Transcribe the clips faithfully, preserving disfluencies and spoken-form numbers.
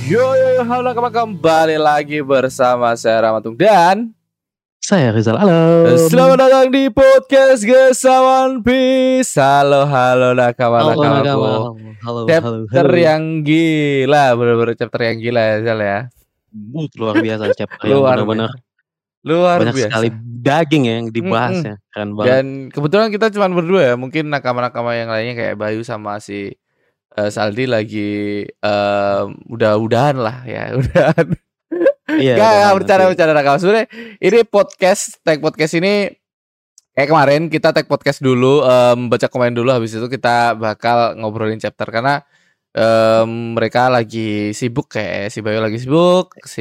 Yo yo yo, halo kawan, kembali lagi bersama saya Ramatung dan saya Rizal. Halo. Selamat datang di podcast Gesah One Piece. Halo halo nakama-nakamaku. Halo, Chapter halo, halo. yang gila, bener-bener chapter yang gila ya Zal ya. Uh, luar biasa chapter yang Luar benar-benar biasa. Luar banyak biasa. sekali daging ya yang dibahas Mm-mm. ya, keren banget. Dan kebetulan kita cuma berdua ya, mungkin nakama-nakama yang lainnya kayak Bayu sama si uh, Saldi lagi uh, udah-udahan lah ya, udahan. Iya, Gak, udah gak nanti. bercanda-bercanda nakama. Sebenarnya ini podcast, tag podcast ini kayak kemarin kita tag podcast dulu, um, baca komen dulu, habis itu kita bakal ngobrolin chapter karena um, mereka lagi sibuk kayak si Bayu lagi sibuk, si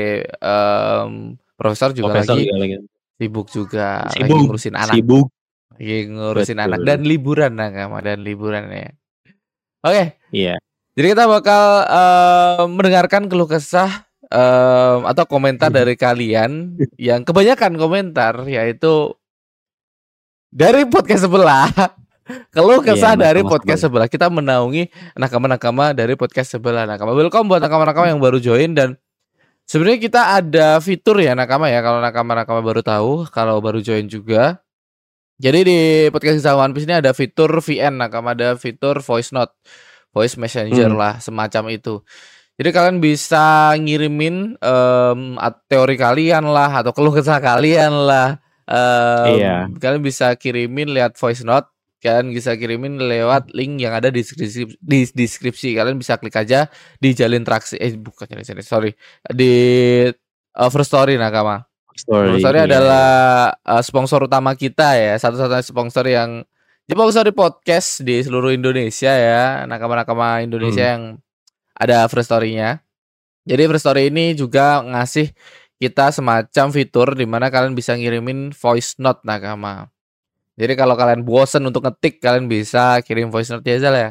um, Profesor juga Profesor lagi juga lagi. sibuk juga, lagi Sibuk, ngurusin anak, sibuk. lagi ngurusin Betul. anak dan liburan nakama dan liburan ya. Oke, Iya. jadi kita bakal um, mendengarkan keluh kesah Um, atau komentar dari kalian yang kebanyakan komentar yaitu dari podcast sebelah. Keluh kesah Iya, dari nakama podcast sebelah. sebelah. Kita menaungi nakama-nakama dari podcast sebelah. Nakama welcome buat nakama-nakama yang baru join. Dan sebenarnya kita ada fitur ya nakama ya, kalau nakama-nakama baru tahu, kalau baru join juga. Jadi di podcast Gesah One Piece ini ada fitur V N nakama, ada fitur voice note, voice messenger Hmm. lah semacam itu. Jadi kalian bisa ngirimin um, teori kalian lah atau keluh kesah kalian lah. Um, Iya. Kalian bisa kirimin lewat voice note. Kalian bisa kirimin lewat link yang ada di deskripsi. Di deskripsi kalian bisa klik aja di jalin interaksi. Eh bukan jalin interaksi, sorry. Di uh, First Story nakama. Story, First Story iya, adalah uh, sponsor utama kita ya. Satu-satunya sponsor yang sponsor di podcast di seluruh Indonesia ya. Nakama-nakama Indonesia Hmm. yang ada First Story-nya. Jadi First Story ini juga ngasih kita semacam fitur di mana kalian bisa ngirimin voice note nakama. Jadi kalau kalian bosen untuk ngetik, kalian bisa kirim voice note ya Zal ya.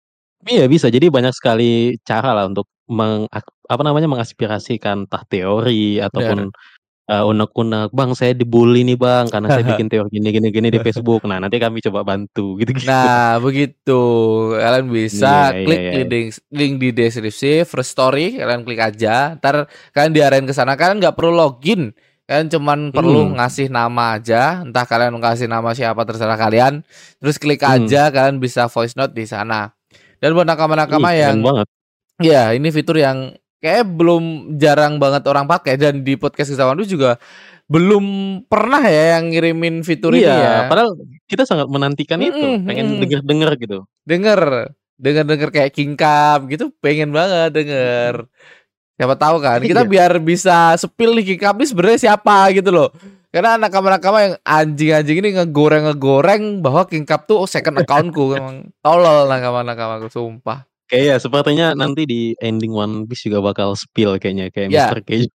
Iya bisa, jadi banyak sekali cara lah untuk meng, apa namanya mengaspirasikan entah teori ataupun uh, unek-unek, bang saya dibully nih bang karena saya bikin teori gini gini gini di Facebook. Nah nanti kami coba bantu gitu-gitu. Nah begitu, kalian bisa Iya, klik iya, di iya. link, link di deskripsi First Story, kalian klik aja. Ntar kalian diarahin ke sana, kalian nggak perlu login, kalian cuman perlu Hmm. ngasih nama aja. Entah kalian ngasih nama siapa terserah kalian. Terus klik Hmm. aja, kalian bisa voice note di sana. Dan buat nakama-nakama Ih, yang keren banget. ya ini fitur yang kayak belum jarang banget orang pakai, dan di podcast Gesah One Piece juga belum pernah ya yang ngirimin fitur Iya, ini ya. padahal kita sangat menantikan itu, Mm-mm, pengen mm-mm. denger-denger gitu. Denger, denger-denger kayak King Cup gitu, pengen banget denger. Siapa tahu kan, kita Iya. biar bisa spill nih King Cup ini sebenarnya siapa gitu loh. Karena nakama-nakama yang anjing-anjing ini ngegoreng-ngegoreng bahwa King Cup tuh second accountku. Emang tolol nakama-nakamaku, sumpah. Kayaknya sepertinya nanti di ending One Piece juga bakal spill kayaknya kayak Ya. mister Cage.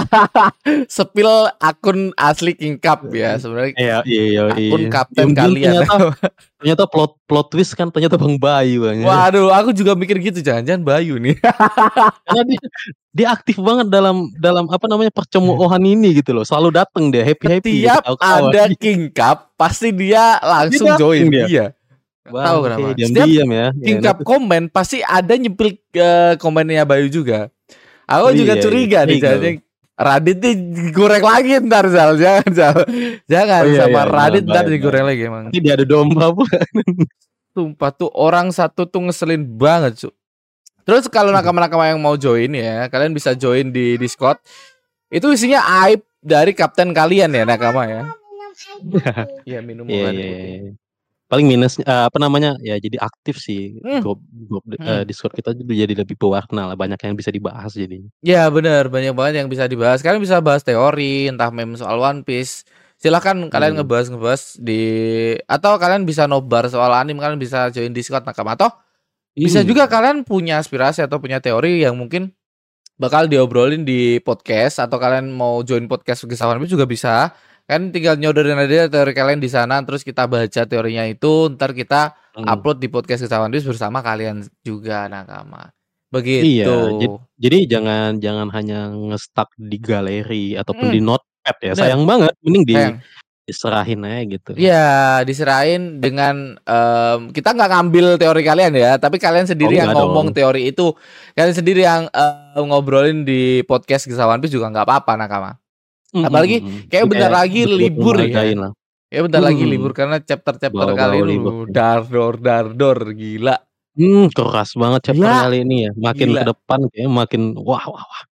Spill akun asli King Cup ya sebenarnya. Iya, iya, Akun iya. kapten Yang kalian. Ternyata, ternyata plot plot twist kan ternyata Bang Bayu bang. Waduh, aku juga mikir gitu, jangan-jangan Bayu nih. Karena dia, dia aktif banget dalam dalam apa namanya percemoohan ini gitu loh. Selalu dateng dia happy happy. Setiap ada King Cup pasti dia langsung Dia join dia. Iya. Tahu kenapa? Setiap Diam-diam ya. King Ya, Cup komen pasti ada nyempil ke komennya Bayu juga. Aku Iya, juga iya. curiga nih, Iya. jangan Radit nih goreng lagi ntar Zal, jangan Zal, jangan Oh, iya, sama iya, Radit jangan, ntar jangan. digoreng lagi emang. Nanti dia ada domba pula. Sumpah tuh orang satu tuh ngeselin banget cu. Terus kalau nakama-nakama yang mau join ya, kalian bisa join di Discord. Itu isinya aib dari kapten kalian ya nakama ya. Iya minum Iya, obat iya, putih. iya. Paling minus uh, apa namanya ya jadi aktif sih Hmm. grup grup uh, Hmm. Discord kita jadi lebih berwarna lah, banyak yang bisa dibahas jadi. Ya benar, banyak banget yang bisa dibahas. Kalian bisa bahas teori, entah meme soal One Piece. Silahkan kalian Hmm. ngebahas-ngebahas di, atau kalian bisa nobar soal anime, kalian bisa join Discord nakama. Atau bisa Hmm. juga kalian punya aspirasi atau punya teori yang mungkin bakal diobrolin di podcast, atau kalian mau join podcast Gesah One Piece juga bisa. Kan tinggal nyodorin aja teori kalian di sana, terus kita baca teorinya itu, ntar kita Hmm. upload di podcast Gesah One Piece bersama kalian juga nakama. Iya, Begitu. jadi, jadi jangan jangan hanya nge-stuck di galeri ataupun Hmm. di notepad ya. Bener. Sayang banget, mending di Sayang. Diserahin aja gitu. Iya, diserahin dengan um, kita nggak ngambil teori kalian ya, tapi kalian sendiri Oh, yang enggak ngomong dong. teori itu, kalian sendiri yang uh, ngobrolin di podcast Kisah One Piece juga nggak apa-apa nakama. Mhm Apalagi mhm. kayak Jadi bentar kayak lagi betul-betul libur menghargain ya. lah. Ya bentar Mhm lagi mhm. libur karena chapter-chapter kali Bau-bau ini libur uh, nih. dardor dardor gila. Hmm, keras banget chapter Gila. kali ini ya. Makin ke Gila. depan kayaknya makin wah wah wah.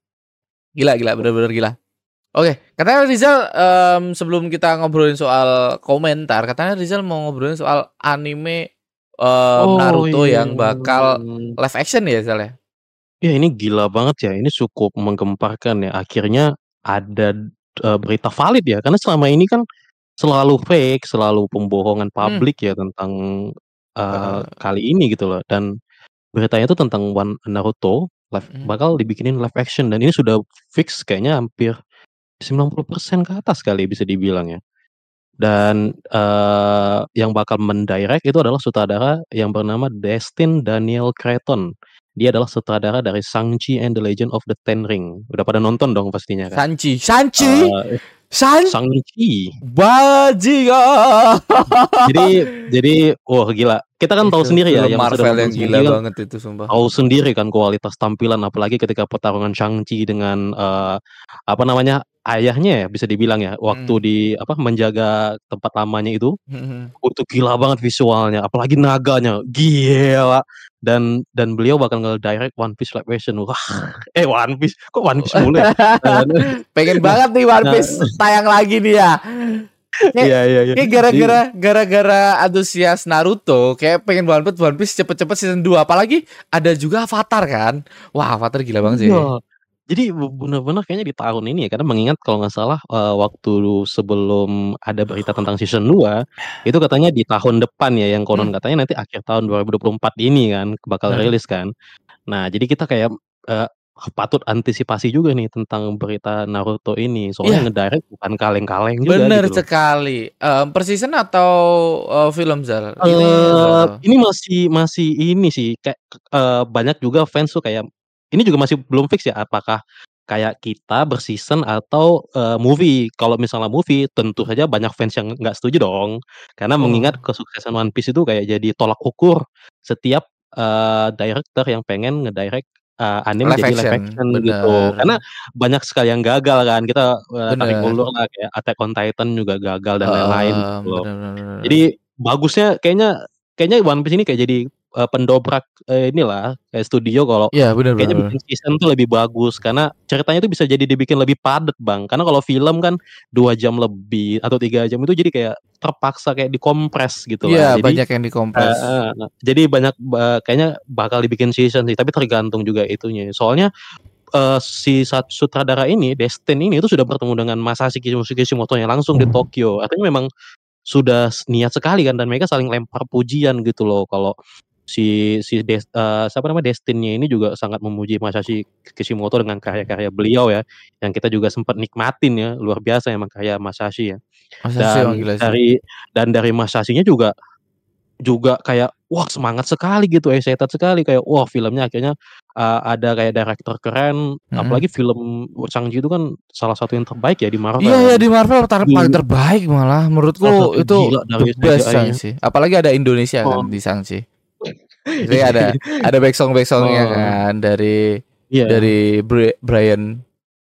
Gila gila bener-bener gila. Oke, katanya Rizal um, sebelum kita ngobrolin soal komentar, katanya Rizal mau ngobrolin soal anime um, Oh Naruto iya. yang bakal live action ya Rizal ya? Ya ini gila banget ya. Ini cukup menggemparkan ya. Akhirnya ada uh, berita valid ya. Karena selama ini kan selalu fake, selalu pembohongan Hmm. publik ya tentang uh, Uh, kali ini gitu loh. Dan beritanya itu tentang One Naruto live, hmm. bakal dibikin live action dan ini sudah fix kayaknya hampir sembilan puluh persen ke atas kali bisa dibilang ya. Dan uh, yang bakal mendirect itu adalah sutradara yang bernama Destin Daniel Cretton. Dia adalah sutradara dari Shang-Chi and the Legend of the Ten Ring. Udah pada nonton dong pastinya kan? Sanchi, Sanchi, Uh, San, Shang-Chi. Bajingan. Jadi jadi wah gila. Kita kan tahu Itu sendiri ya film yang sudah Marvel nonton yang gila Shang-Chi kan banget itu sumpah. tahu sendiri kan kualitas tampilan apalagi ketika pertarungan Shang-Chi dengan uh, apa namanya ayahnya ya bisa dibilang ya waktu Hmm. di apa menjaga tempat lamanya itu. Hmm. Oh, itu gila banget visualnya, apalagi naganya, gila. Dan dan beliau bakal nge-direct One Piece live action. Wah, eh One Piece, kok One Piece mulu ya? Dan, Pengen nah, banget nih One nah, Piece tayang lagi nih ya. Kayak, iya iya iya. kayak gara-gara gara-gara antusias Naruto, kayak pengen banget One Piece cepet-cepet season dua. Apalagi ada juga Avatar kan. Wah, Avatar gila banget sih. Iya. Jadi benar-benar kayaknya di tahun ini ya, karena mengingat kalau nggak salah uh, waktu sebelum ada berita tentang season dua itu katanya di tahun depan ya, yang konon Hmm. katanya nanti akhir tahun dua ribu dua puluh empat ini kan bakal Nah. rilis kan. Nah jadi kita kayak uh, patut antisipasi juga nih tentang berita Naruto ini, soalnya Iya. ngedirect bukan kaleng-kaleng juga Bener gitu loh. sekali. Um, per season atau uh, film Zal? Uh, Ini ini masih masih ini sih kayak uh, banyak juga fans tuh kayak ini juga masih belum fix ya apakah kayak kita berseason atau uh, movie. Kalau misalnya movie tentu saja banyak fans yang nggak setuju dong. Karena Oh. mengingat kesuksesan One Piece itu kayak jadi tolak ukur setiap uh, director yang pengen ngedirect uh, anime Live jadi live action, action bener. gitu. Karena banyak sekali yang gagal kan. Kita uh, tarik Bener. ulur lah kayak Attack on Titan juga gagal dan Uh, lain-lain gitu loh. bener, bener, bener. Jadi bagusnya kayaknya kayaknya One Piece ini kayak jadi uh, pendobrak uh, inilah kayak studio kalau Iya, bener, kayaknya bener. bikin season tuh lebih bagus karena ceritanya itu bisa jadi dibikin lebih padat Bang. Karena kalau film kan dua jam lebih atau tiga jam itu jadi kayak terpaksa kayak dikompres gitu Iya, lah. Jadi banyak yang dikompres. uh, uh, jadi banyak uh, kayaknya bakal dibikin season sih, tapi tergantung juga itunya. Soalnya uh, si sutradara ini Destin ini itu sudah bertemu dengan Masashi Kishimoto-nya langsung di Tokyo. Artinya memang sudah niat sekali kan dan mereka saling lempar pujian gitu loh kalau si si Des, uh, siapa namanya Destinnya ini juga sangat memuji Masashi Kishimoto dengan karya-karya beliau ya yang kita juga sempat nikmatin ya luar biasa emang karya Masashi ya. Masashi emang Dan gila sih. dari dan dari Masashinya juga juga kayak wah semangat sekali gitu, excited sekali kayak wah filmnya akhirnya uh, ada kayak director keren, Mm-mm. apalagi film Shang-Chi itu kan salah satu yang terbaik ya di Marvel. Iya, kan. ya di Marvel tar- paling terbaik malah menurutku itu the best Shang-Chi. Apalagi ada Indonesia kan oh. di Shang-Chi. Jadi ada ada back song back songnya oh. kan dari yeah. dari Brian.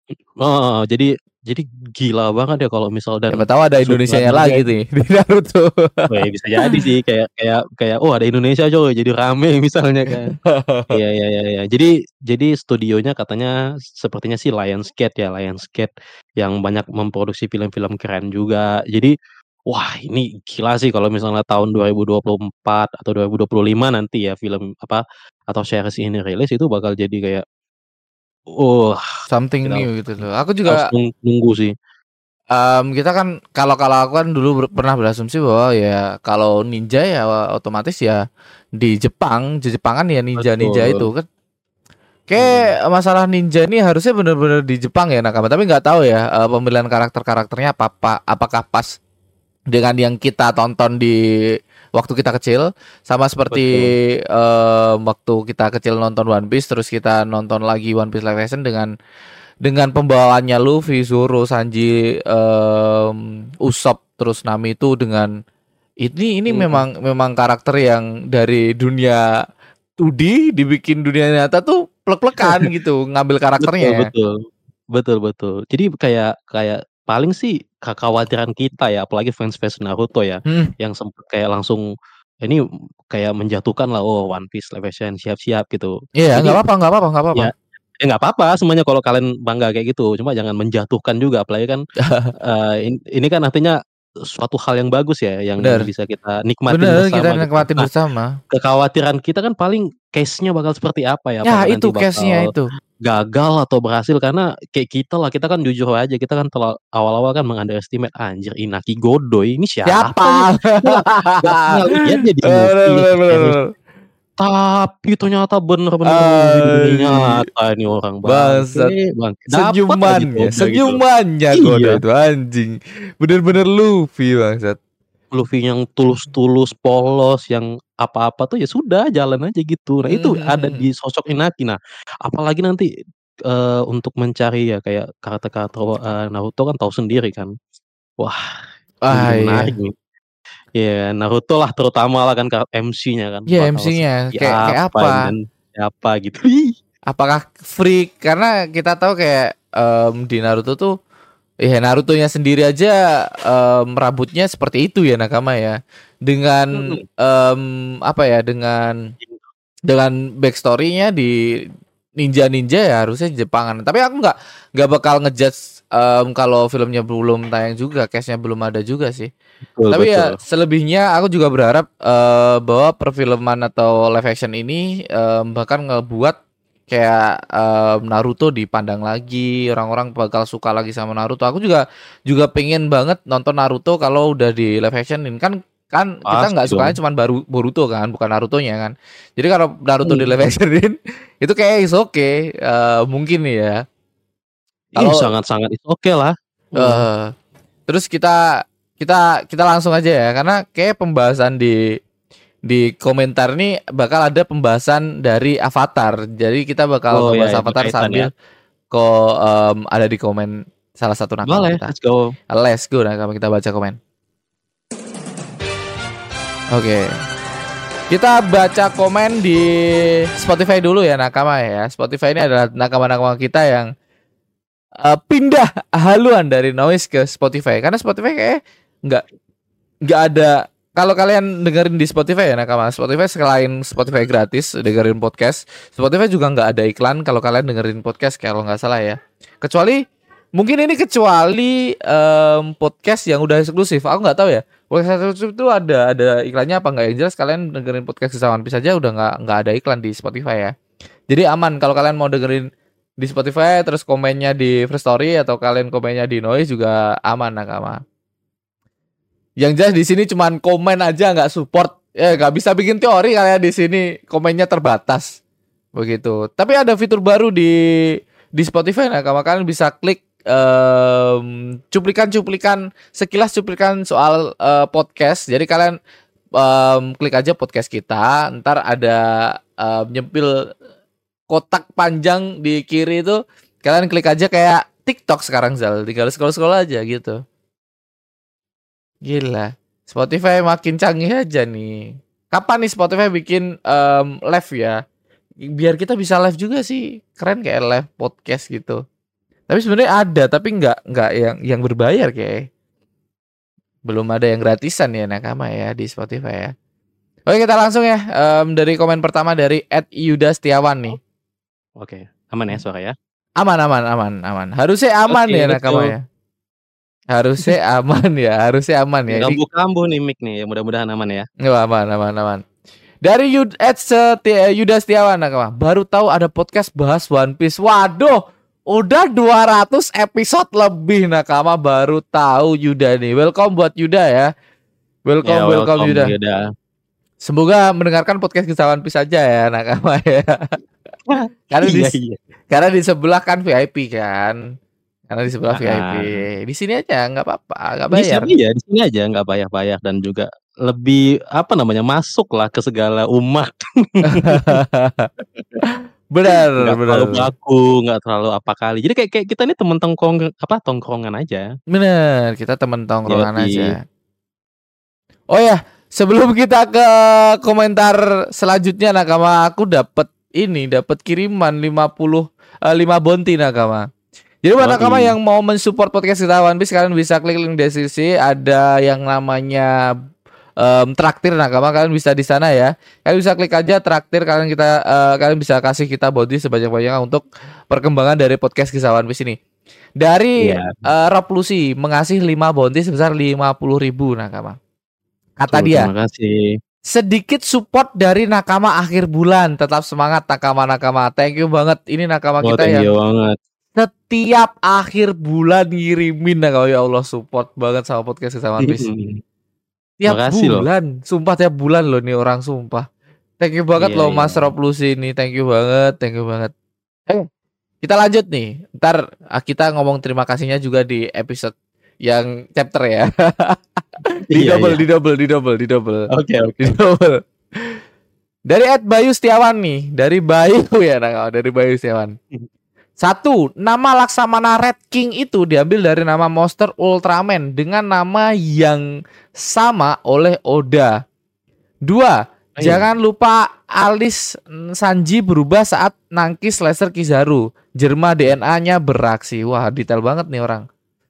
Oh, jadi jadi gila banget ya kalau misal dan siapa tahu ada Indonesianya lagi nih di Naruto. Oh, ya bisa jadi sih kayak kayak kayak oh ada Indonesia coy jadi rame misalnya kan. Iya iya iya ya. Jadi jadi studionya katanya sepertinya sih Lionsgate ya, Lionsgate yang banyak memproduksi film-film keren juga. Jadi wah ini gila sih kalau misalnya tahun dua ribu dua puluh empat atau dua ribu dua puluh lima nanti ya film apa atau series ini rilis itu bakal jadi kayak oh something new gitu loh. Aku juga harus nunggu sih. Um, kita kan kalau kalau aku kan dulu ber- pernah berasumsi bahwa ya kalau ninja ya otomatis ya di Jepang, di Jepang kan ya ninja-ninja itu kan. Kayak hmm. masalah ninja ini harusnya benar-benar di Jepang ya Nakama, tapi nggak tahu ya uh, pemilihan karakter-karakternya apa, apa apakah pas dengan yang kita tonton di waktu kita kecil sama seperti uh, waktu kita kecil nonton One Piece terus kita nonton lagi One Piece live action dengan dengan pembawaannya Luffy, Zoro, Sanji, um, Usopp, Usopp terus Nami itu dengan ini ini Hmm. memang memang karakter yang dari dunia dua D dibikin dunia nyata tuh plek-plekan gitu ngambil karakternya Betul ya. betul. Betul betul. Jadi kayak kayak paling sih kekhawatiran kita ya, apalagi fans-fans Naruto ya, Hmm. yang sempet kayak langsung ini kayak menjatuhkan lah, oh One Piece live action siap-siap gitu. Iya, nggak Jadi apa-apa, nggak apa-apa, nggak apa-apa. ya ya nggak apa-apa semuanya kalau kalian bangga kayak gitu, cuma jangan menjatuhkan juga, apalagi kan eh, in- ini kan artinya suatu hal yang bagus ya, yang yang Bener, bisa kita nikmatin bener kita bersama gitu. nikmatin Nah, bersama. kekhawatiran kita kan paling case-nya bakal seperti apa ya? Ya Apakah nanti itu case-nya bakal itu. gagal atau berhasil? Karena kayak kita lah, kita kan jujur aja, kita kan telah awal-awal kan mengunderestimate anjir Inaki Godoy ini siapa nih? Siapa? Gua gak pernah lihat dia di Bener, movie, bener, bener, series. bener. Tapi ternyata bener-bener movie di dunia Ay, nyata ini orang bangsat. bangke, bangke. Dapat aja Senyumannya, Godoy gitu. senyumannya Iya. Godo itu anjing. Bener-bener Luffy bangsat. Luffy yang tulus-tulus, polos, yang apa-apa tuh ya sudah jalan aja gitu. Nah itu ada Hmm. di sosok Inaki. Nah apalagi nanti eh, untuk mencari ya kayak karakter-karakter eh, Naruto kan tahu sendiri kan. Wah ini Ah juga iya. menarik nih. Ya Naruto lah terutama lah kan karakter M C-nya kan Iya bakal M C-nya seperti kayak kayak apa apa? ini dan siapa gitu. Ih, Apakah freak? Karena kita tahu kayak em, di Naruto tuh ya Naruto-nya sendiri aja em, rambutnya seperti itu ya Nakama ya. Dengan mm, em, apa ya dengan dengan backstory-nya di ninja-ninja ya harusnya Jepangan. Tapi aku nggak nggak bakal ngejudge em, kalau filmnya belum tayang juga, case-nya belum ada juga sih. betul Tapi ya betul. selebihnya aku juga berharap eh, bahwa perfilman atau live action ini em, bahkan ngebuat kayak em, Naruto dipandang lagi, orang-orang bakal suka lagi sama Naruto. Aku juga juga pengen banget nonton Naruto kalau udah di live actionin kan kan kita nggak Pasti sukanya dong. cuma baru Boruto kan, bukan Narutonya kan. Jadi kalau Naruto di Hmm. live actionin itu kayak is oke eh, mungkin nih ya. Ih Kalau sangat-sangat itu oke lah. Hmm. eh terus kita kita kita langsung aja ya karena kayak pembahasan di di komentar nih bakal ada pembahasan dari Avatar. Jadi kita bakal Oh ya, ngebahas ya Avatar berkaitan sambil ya. kok em, ada di komen salah satu nakama Boleh, kita. let's go. Let's go nakama kita baca komen. Oke. Kita baca komen di Spotify dulu ya nakama ya. Spotify ini adalah nakama-nakama kita yang eh, pindah haluan dari noise ke Spotify karena Spotify kayak nggak nggak ada. Kalau kalian dengerin di Spotify ya nakama, Spotify selain Spotify gratis dengerin podcast, Spotify juga nggak ada iklan kalau kalian dengerin podcast kalau nggak salah ya. Kecuali mungkin ini kecuali em, podcast yang udah eksklusif, aku nggak tahu ya. Podcast eksklusif itu ada ada iklannya apa nggak? Yang jelas kalian dengerin podcast Kisah One Piece aja udah nggak nggak ada iklan di Spotify ya. Jadi aman kalau kalian mau dengerin di Spotify terus komennya di First Story atau kalian komennya di Noise juga aman nakama. Yang jelas di sini cuman komen aja nggak support. Ya nggak bisa bikin teori kalian di sini komennya terbatas. Begitu. Tapi ada fitur baru di di Spotify nah kalian bisa klik em, cuplikan-cuplikan sekilas cuplikan soal eh, podcast. Jadi kalian em, klik aja podcast kita, ntar ada em, nyempil kotak panjang di kiri itu kalian klik aja kayak TikTok sekarang Zal, tinggal scroll-scroll aja gitu. Gila, Spotify makin canggih aja nih. Kapan nih Spotify bikin em, live ya? Biar kita bisa live juga sih, keren kayak live podcast gitu. Tapi sebenarnya ada, tapi nggak nggak yang yang berbayar kayak. Belum ada yang gratisan ya nakama ya di Spotify ya. Oke kita langsung ya em, dari komen pertama dari at Yuda Setiawan nih. Oke, aman ya suara ya. Aman aman aman aman. Harusnya aman Oke, ya let's nakama go. ya. Harusnya aman ya, harusnya aman ya. Ini Kambuh-kambuh nih mic nih, ya mudah-mudahan aman ya. nggak aman aman aman. Dari Yud at Setia, Yuda Setiawan nakama. Baru tahu ada podcast bahas One Piece. Waduh, udah dua ratus episode lebih nakama baru tahu Yuda nih. Welcome buat Yuda ya. Welcome Ya, welcome, welcome Yuda. Yuda. Semoga mendengarkan podcast Kisah One Piece aja ya nakama ya. Karena di Iya, iya. karena di sebelah kan V I P kan. Karena di sebelah V I P. Ah. Di sini aja nggak apa-apa, nggak Di bayar. sini ya, di sini aja nggak bayar-bayar dan juga lebih apa namanya masuk lah ke segala umat. Benar, Nggak benar. terlalu baku, nggak terlalu apa kali. Jadi kayak kayak kita ini temen tongkrong apa tongkrongan aja. Bener, kita temen tongkrongan Yoi. aja. Oh ya, sebelum kita ke komentar selanjutnya Nakama, aku dapat ini, dapat kiriman lima puluh eh, lima bounty Nakama. Jadi buat Yoi. Nakama yang mau mensupport podcast kita One Piece, kalian bisa klik link deskripsi, ada yang namanya um, traktir Nakama, kalian bisa di sana ya. Kalian bisa klik aja traktir, kalian kita uh, kalian bisa kasih kita bounty sebanyak-banyaknya untuk perkembangan dari podcast kisah One Piece ini. Dari Iya. uh, Rob Lucy mengasih lima bounty sebesar lima puluh ribu Nakama. Kata Tuh, dia, terima kasih. sedikit support dari Nakama akhir bulan. Tetap semangat Nakama-Nakama. Thank you banget. Ini Nakama Oh, kita thank yang you banget. setiap akhir bulan ngirimin Nakama. Ya Allah, support banget sama podcast sama One Piece. Tiap Makasih loh. bulan, sumpah tiap bulan loh nih orang, sumpah. Thank you banget Iya, loh iya. Mas Rob Lucy ini. Thank you banget, thank you banget. Eh, kita lanjut nih. Ntar ah, kita ngomong terima kasihnya juga di episode yang chapter ya. di Iya, double, iya. di double, di double, di double. Oke, oke. Di double. Dari Ed Bayu Setiawan nih, dari Bayu ya, nah, dari Bayu Setiawan. Satu, nama Laksamana Red King itu diambil dari nama monster Ultraman dengan nama yang sama oleh Oda. Dua, Oh, iya. jangan lupa alis Sanji berubah saat nangkis laser Kizaru. Jerma D N A-nya beraksi. Wah, detail banget nih orang.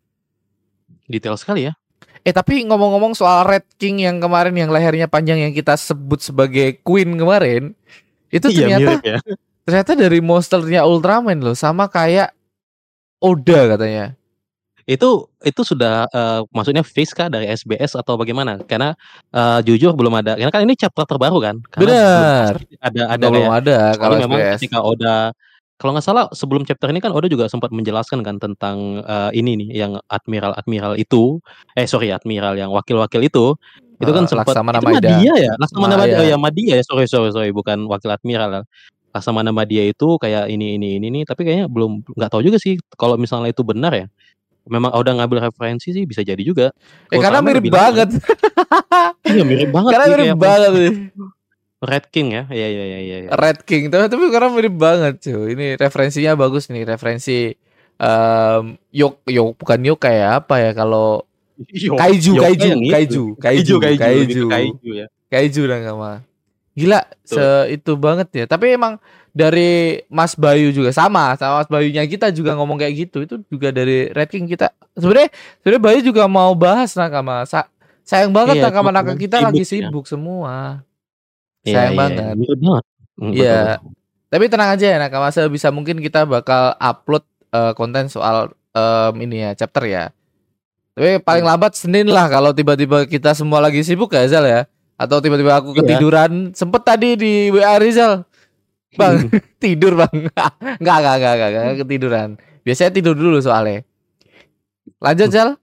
Detail sekali ya. Eh tapi ngomong-ngomong soal Red King yang kemarin yang lehernya panjang yang kita sebut sebagai Queen kemarin, itu Iya, ternyata mirip ya. ternyata dari monsternya Ultraman loh, sama kayak Oda katanya. Itu itu sudah uh, maksudnya face kah dari S B S atau bagaimana? Karena uh, jujur belum ada. Karena kan ini chapter terbaru kan. Karena Benar. belum ada ada Belum kayak ada kalau soalnya S B memang S. ketika Oda kalau nggak salah sebelum chapter ini kan Oda juga sempat menjelaskan kan tentang uh, ini nih yang admiral admiral itu eh sorry admiral yang wakil-wakil itu itu kan Eh, sempat Laksamana itu Maeda. Madia ya Laksamana Ma- Madia ya. oh ya Madia ya sorry sorry sorry bukan wakil admiral. Laksamana Madia itu kayak ini ini ini nih tapi kayaknya belum nggak tahu juga sih kalau misalnya itu benar ya. Memang Oda ngambil referensi sih bisa jadi juga. Eh karena Ultraman mirip bilang kan, banget. iya mirip banget Karena sih mirip kayak banget nih. Red King ya. Iya iya iya iya. iya. Red King tapi, tapi karena mirip banget cuy. Ini referensinya bagus nih, referensi um, yok yok bukan yok kayak apa ya kalau Yo- kaiju Yoga kaiju yang itu. kaiju kaiju kaiju kaiju gitu, kaiju ya. kaiju lah nggak mah. Gila Betul. se itu banget ya. Tapi emang dari Mas Bayu juga sama sama Mas Bayunya kita juga ngomong kayak gitu. Itu juga dari Red King kita. Sebenarnya sebenarnya Bayu juga mau bahas Nakama. Sa- sayang banget Iya, Nakama cuma Nakama memang kita sibuk lagi ya. sibuk semua. Iya, Sayang iya, banget. iya. Mirip banget. Hmm, Iya. betul, betul. Tapi tenang aja ya Nakama, sebisa mungkin kita bakal upload eh, konten soal em, ini ya chapter ya. Tapi paling Hmm. lambat Senin lah kalau tiba-tiba kita semua lagi sibuk ya Zal ya. Atau tiba-tiba aku Iya. ketiduran. Sempet tadi di W A Rizal. Bang, tidur bang. Enggak, enggak, enggak, enggak, enggak, ketiduran. Biasanya tidur dulu soalnya. Lanjut Zal.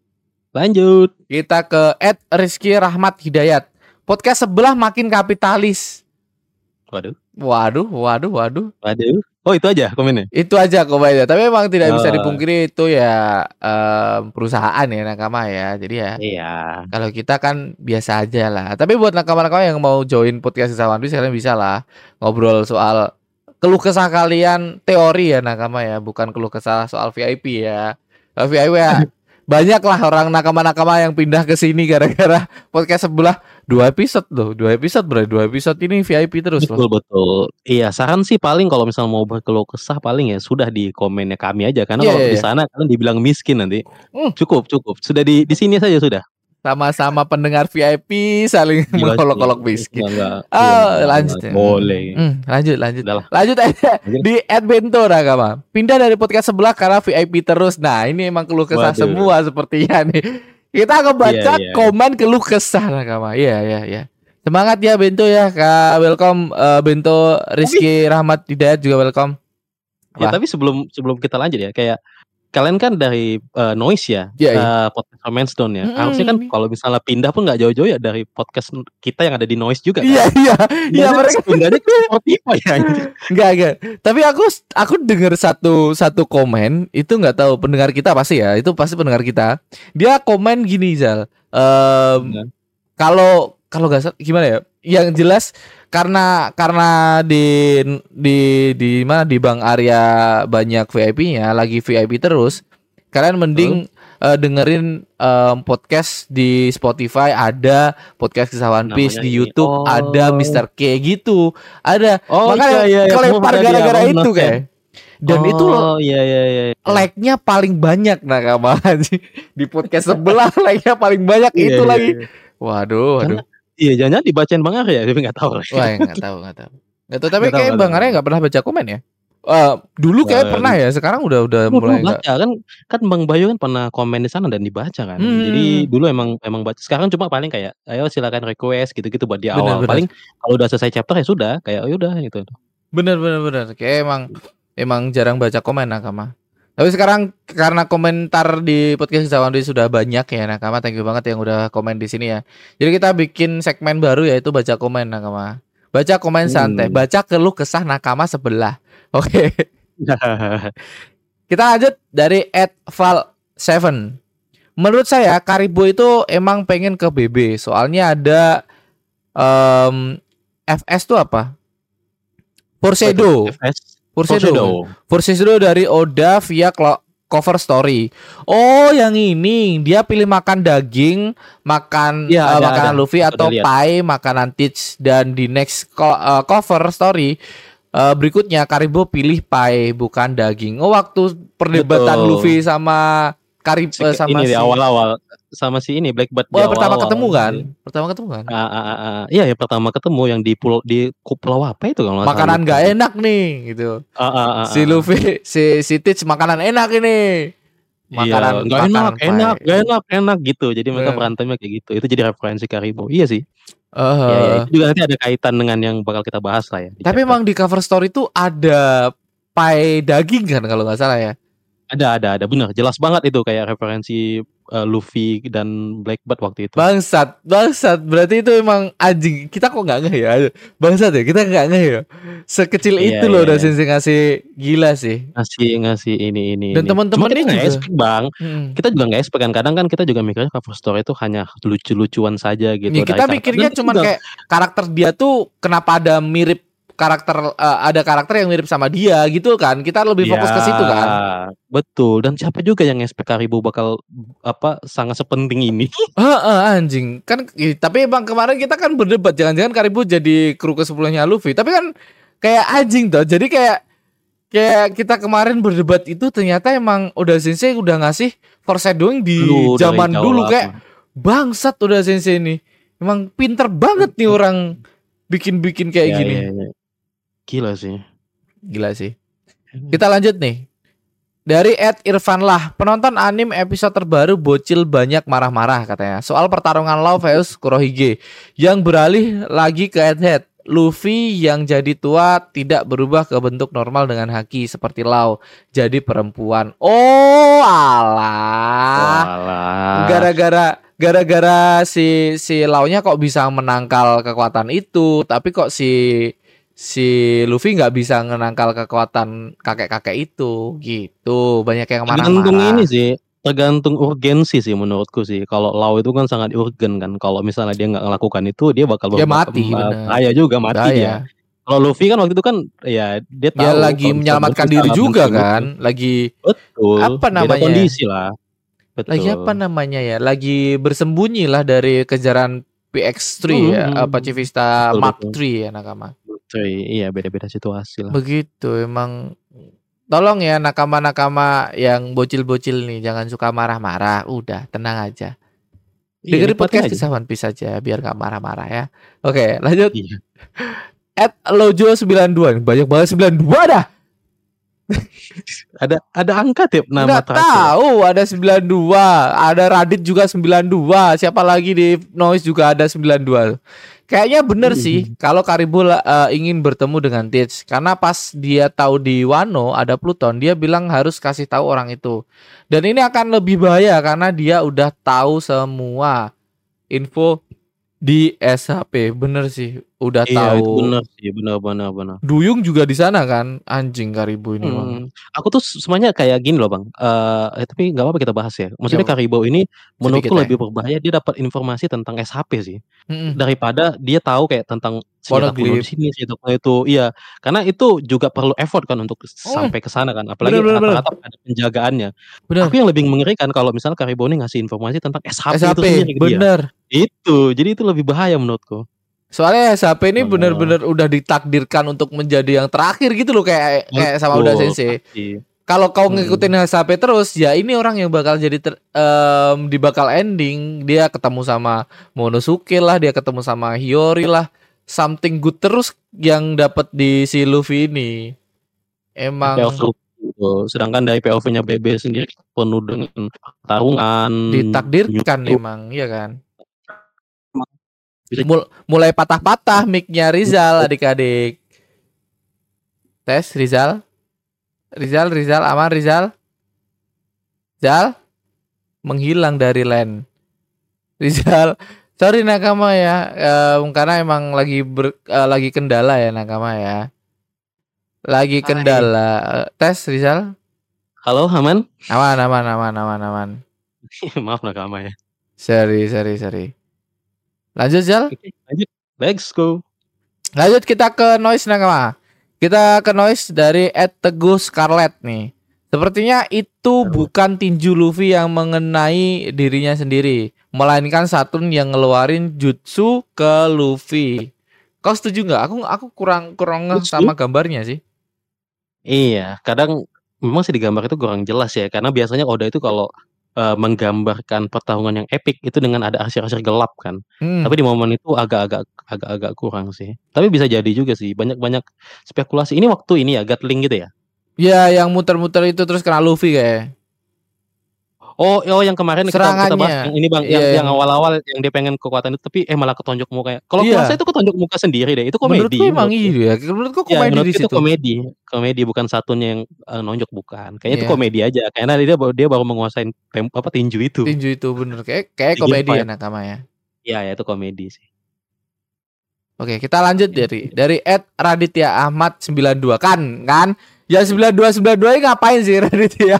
Lanjut. Kita ke Ed Rizky Rahmat Hidayat. Podcast sebelah makin kapitalis. Waduh. Waduh, waduh, waduh. Waduh. Oh itu aja komennya. Itu aja komennya. Tapi memang tidak bisa Oh. dipungkiri itu ya em, perusahaan ya Nakama ya. Jadi ya Iya. kalau kita kan biasa aja lah. Tapi buat nakama-nakama yang mau join podcast Kisah One Piece, kalian bisa lah ngobrol soal keluh kesah kalian teori ya Nakama ya, bukan keluh kesah soal V I P ya. Kalau V I P ya banyak lah orang nakama-nakama yang pindah ke sini gara-gara podcast sebelah dua episode loh, dua episode berarti dua episode ini V I P terus Betul loh. betul. Iya saran sih paling kalau misalnya mau berkeluh kesah paling ya sudah di komennya kami aja karena Iya, kalau iya, di iya. sana kalian dibilang miskin nanti. Hmm. Cukup cukup. Sudah di di sini saja sudah. Sama-sama pendengar V I P saling Gila sih. mengolok-olok miskin. Enggak, enggak. Oh, Iya, enggak, lanjut enggak ya. boleh. Hmm, lanjut lanjut. Udahlah. Lanjut aja Lanjut. di Advento Nakama. Pindah dari podcast sebelah karena V I P terus. Nah, ini emang keluh kesah Waduh. semua sepertinya nih. Kita akan baca Iya, iya. komen keluh kesah Nakama. Iya, iya, iya. Semangat ya Bento ya, Kak. Welcome eh, Bento Rizky Rahmat Hidayat juga welcome. Ya Apa? tapi sebelum sebelum kita lanjut ya kayak kalian kan dari uh, Noise ya, Iya, iya. uh, podcast Romance Stone ya. Mm-mm. Harusnya kan kalau misalnya pindah pun nggak jauh-jauh ya dari podcast kita yang ada di Noise juga. Iya, kan? iya. Iya, Biasanya mereka pindahnya ke Spotify ya. enggak, enggak. Tapi aku aku dengar satu satu komen itu nggak tahu pendengar kita pasti ya, itu pasti pendengar kita. Dia komen gini Zal. Ehm, Benar. kalau kalau nggak salah gimana ya? Yang jelas karena karena di di di mana di Bang Arya banyak V I P-nya, lagi V I P terus. Kalian mending uh, dengerin um, podcast di Spotify, ada podcast Kisah One Piece. Namanya di YouTube oh. ada mister K gitu. Ada. Oh, makanya iya, iya, kelempar gara-gara itu kayak. Dan oh, itu iya, iya, iya. like-nya paling banyak Nakama di podcast sebelah like-nya paling banyak iya, itu iya, lagi. Iya. Waduh, waduh. Karena, iya, jangan dibacain Bang Arya, tapi nggak tahu. Wah, nggak tahu, nggak tahu. Nggak tahu. Tapi kayak Bang Arya nggak pernah baca komen ya. Uh, dulu kayak uh, pernah ya, sekarang udah udah mulai baca gak... kan kan Bang Bayu kan pernah komen di sana dan dibaca kan. Hmm. Jadi dulu emang emang baca. Sekarang cuma paling kayak ayo silakan request gitu-gitu buat di bener, awal. Bener. Paling kalau udah selesai chapter ya sudah, kayak oh udah gitu. Bener bener bener. Kayak emang emang jarang baca komen Nakama. Tapi sekarang karena komentar di podcast Kisah One Piece sudah banyak ya Nakama, thank you banget yang udah komen di sini ya. Jadi kita bikin segmen baru yaitu baca komen Nakama. Baca komen hmm. santai, baca keluh kesah Nakama sebelah. Oke. Okay. Kita lanjut dari at val tujuh. Menurut saya Karibo itu emang pengen ke B B. Soalnya ada um, F S tuh apa? Forsedo. F S. Forsedo. Forsedo dari Oda via cover story. Oh, yang ini dia pilih makan daging, makan ya, uh, ada, makanan ada. Luffy atau pie, makanan Teach, dan di next co- uh, cover story Uh, berikutnya Karibo pilih pie bukan daging. Oh, waktu perdebatan Betul. Luffy sama Karibo si, sama ini si di awal-awal sama si ini Blackbird oh, di pertama awal-awal. ketemu kan? Pertama ketemu kan? Uh, uh, uh, uh, iya ya pertama ketemu yang di pulau di pulau apa itu kalau makanan nggak enak nih gitu. Uh, uh, uh, uh. Si Luffy si si Teach makanan enak ini. Makanan nggak iya, enak, pie. enak, nggak enak, enak gitu. Jadi mereka berantemnya kayak gitu. Itu jadi referensi Karibo. Iya sih. Uh, ya, ya, itu juga nanti ada kaitan dengan yang bakal kita bahas lah ya. Tapi chapter. Emang di cover story itu ada pie daging kan kalau nggak salah ya? Ada, ada, ada. Benar, jelas banget itu kayak referensi uh, Luffy dan Blackbird waktu itu. Bangsat, bangsat. Berarti itu emang anjing. Kita kok nggak ngeh ya? Bangsat ya, kita nggak ngeh ya. Sekecil yeah, itu loh yeah, udah yeah. Sensei ngasih gila sih. Ngasih ngasih ini ini. Dan teman-teman ini nggak expect bang. Hmm. Kita juga nggak expect kan. Kadang kan kita juga mikirnya cover story itu hanya lucu-lucuan saja gitu. Ya, kita mikirnya cuma kayak karakter dia tuh kenapa ada mirip karakter uh, ada karakter yang mirip sama dia gitu kan. Kita lebih fokus ya, ke situ kan. Betul. Dan siapa juga yang expect Karibo bakal apa sangat sepenting ini? Heeh, uh, uh, anjing. Kan tapi emang kemarin kita kan berdebat jangan-jangan Karibo jadi kru kesepuluhnya Luffy. Tapi kan kayak anjing tuh. Jadi kayak kayak kita kemarin berdebat itu ternyata emang Oda Sensei udah ngasih foreshadowing di Lu, zaman dulu kayak bangsat Oda Sensei ini. Emang pinter banget nih orang bikin-bikin kayak ya, gini. Ya, ya. Gila sih. Gila sih. Kita lanjut nih. Dari Ed Irfan lah, penonton anim episode terbaru bocil banyak marah-marah katanya. Soal pertarungan Law versus Kurohige yang beralih lagi ke head-head. Luffy yang jadi tua tidak berubah ke bentuk normal dengan haki seperti Law. Jadi perempuan. Oh alah. Alah. Gara-gara gara-gara si si Law-nya kok bisa menangkal kekuatan itu, tapi kok si si Luffy nggak bisa menangkal kekuatan kakek-kakek itu gitu. Banyak yang marah-marah. Tergantung ini sih, tergantung urgensi sih menurutku sih. Kalau Law itu kan sangat urgen kan. Kalau misalnya dia nggak melakukan itu, dia bakal dia mati. Bahaya juga mati bahaya. Dia. Kalau Luffy kan waktu itu kan ya dia tahu. Dia lagi menyelamatkan diri juga kan. Itu. Lagi betul. Apa namanya? Beda kondisi lah. Betul. Lagi apa namanya ya? Lagi bersembunyi lah dari kejaran P X tiga hmm, ya, apa Pacifista Mark tiga ya nakama. Iya beda-beda situasi lah. Begitu emang. Tolong ya nakama-nakama yang bocil-bocil nih jangan suka marah-marah. Udah tenang aja. Dengerin iya, podcast Kisah One Piece aja biar gak marah-marah ya. Oke lanjut. Iya. At Lojo sembilan puluh dua banyak banget sembilan puluh dua dah. ada ada angka tiap nama nggak tahu ada sembilan puluh dua, ada Radit juga sembilan puluh dua, siapa lagi di Noise juga ada sembilan puluh dua. Kayaknya bener mm-hmm. sih kalau Karibo uh, ingin bertemu dengan Teach karena pas dia tahu di Wano ada Pluton dia bilang harus kasih tahu orang itu. Dan ini akan lebih bahaya karena dia udah tahu semua info di S H P. Bener sih, udah Iya, itu tahu. bener sih, bener bener bener. Duyung juga di sana kan, anjing Karibo ini mah. Hmm, aku tuh semuanya kayak gini loh Bang, eee, tapi nggak apa-apa kita bahas ya. Maksudnya Gap Karibo ini sedikit menurutku ya. lebih berbahaya, dia dapat informasi tentang S H P sih, Mhm. daripada dia tahu kayak tentang senjata kuno di Poneglyph. sini, senjata kuno itu iya, karena itu juga perlu effort kan untuk Mhm, sampai ke sana kan, bener apalagi bener bener. rata-rata ada penjagaannya. Aku Bener. yang lebih mengerikan kalau misalnya Karibo ini ngasih informasi tentang S H P itu S H P, sendiri ke dia. bener. Itu, jadi itu lebih bahaya menurutku. Soalnya S H P ini Heeh. bener-bener udah ditakdirkan untuk menjadi yang terakhir gitu loh, kayak kayak sama Oda Betul, Sensei. pasti. Kalau kau Mhm. ngikutin S H P terus, ya ini orang yang bakal jadi ter, mmm, di bakal ending, dia ketemu sama Monosuke lah, dia ketemu sama Hiyori lah, something good terus yang dapat di si Luffy ini. P O V Emang gitu, sedangkan dari P O V-nya B B sendiri penuh dengan pertarungan, ditakdirkan nyusup. emang, iya kan? Bisa Mul mulai patah-patah mic-nya Rizal adik-adik. Tes Rizal. Rizal, Rizal, aman Rizal? Rizal? Menghilang dari line. Rizal, sorry Nakama ya, um, karena emang lagi ber, uh, lagi kendala ya Nakama ya. Lagi Hai. kendala. Uh, tes Rizal? Halo, aman? Aman, aman, aman, aman, aman. Maaf Nakama ya. Sorry, sorry, sorry. Lanjut Zal? Oke, lanjut. Let's go. Lanjut kita ke noise Nakama. Kita ke noise dari Ed Teguh Scarlet nih. Sepertinya itu bukan tinju Luffy yang mengenai dirinya sendiri, melainkan Saturn yang ngeluarin jutsu ke Luffy. Kau setuju nggak? Aku aku kurang kurang ngeh sama gambarnya sih. Iya, kadang memang sih di gambar itu kurang jelas ya, karena biasanya Oda itu kalau uh, menggambarkan pertarungan yang epic itu dengan ada arsir-arsir gelap kan. Hmm. Tapi di momen itu agak-agak agak-agak kurang sih. Tapi bisa jadi juga sih, banyak-banyak spekulasi. Ini waktu ini ya, Gatling gitu ya? Ya, yang muter-muter itu terus kena Luffy kayak. Oh, oh yang kemarin kita kita bahas Serangannya. yang ini Bang, Iya, yang yang yang awal-awal yang dia pengen kekuatan itu tapi eh malah ketonjok mukanya. Kalau Iya. kurasa itu ketonjok muka sendiri deh, itu komedi. Menurutku emang menurutku. iya ya. Menurutku Ya, komedi menurutku di itu situ. komedi, komedi bukan satunya yang uh, nonjok bukan. Kayaknya itu Iya. komedi aja. Karena dia baru dia baru menguasai tem, apa tinju itu. Tinju itu bener kayak kayak Di komedi game ya Nakama ya. Iya, ya itu komedi sih. Oke, kita lanjut dari dari Ed Raditya Ahmad sembilan dua kan kan. Ya sembilan dua sembilan dua ini ngapain sih Raditya?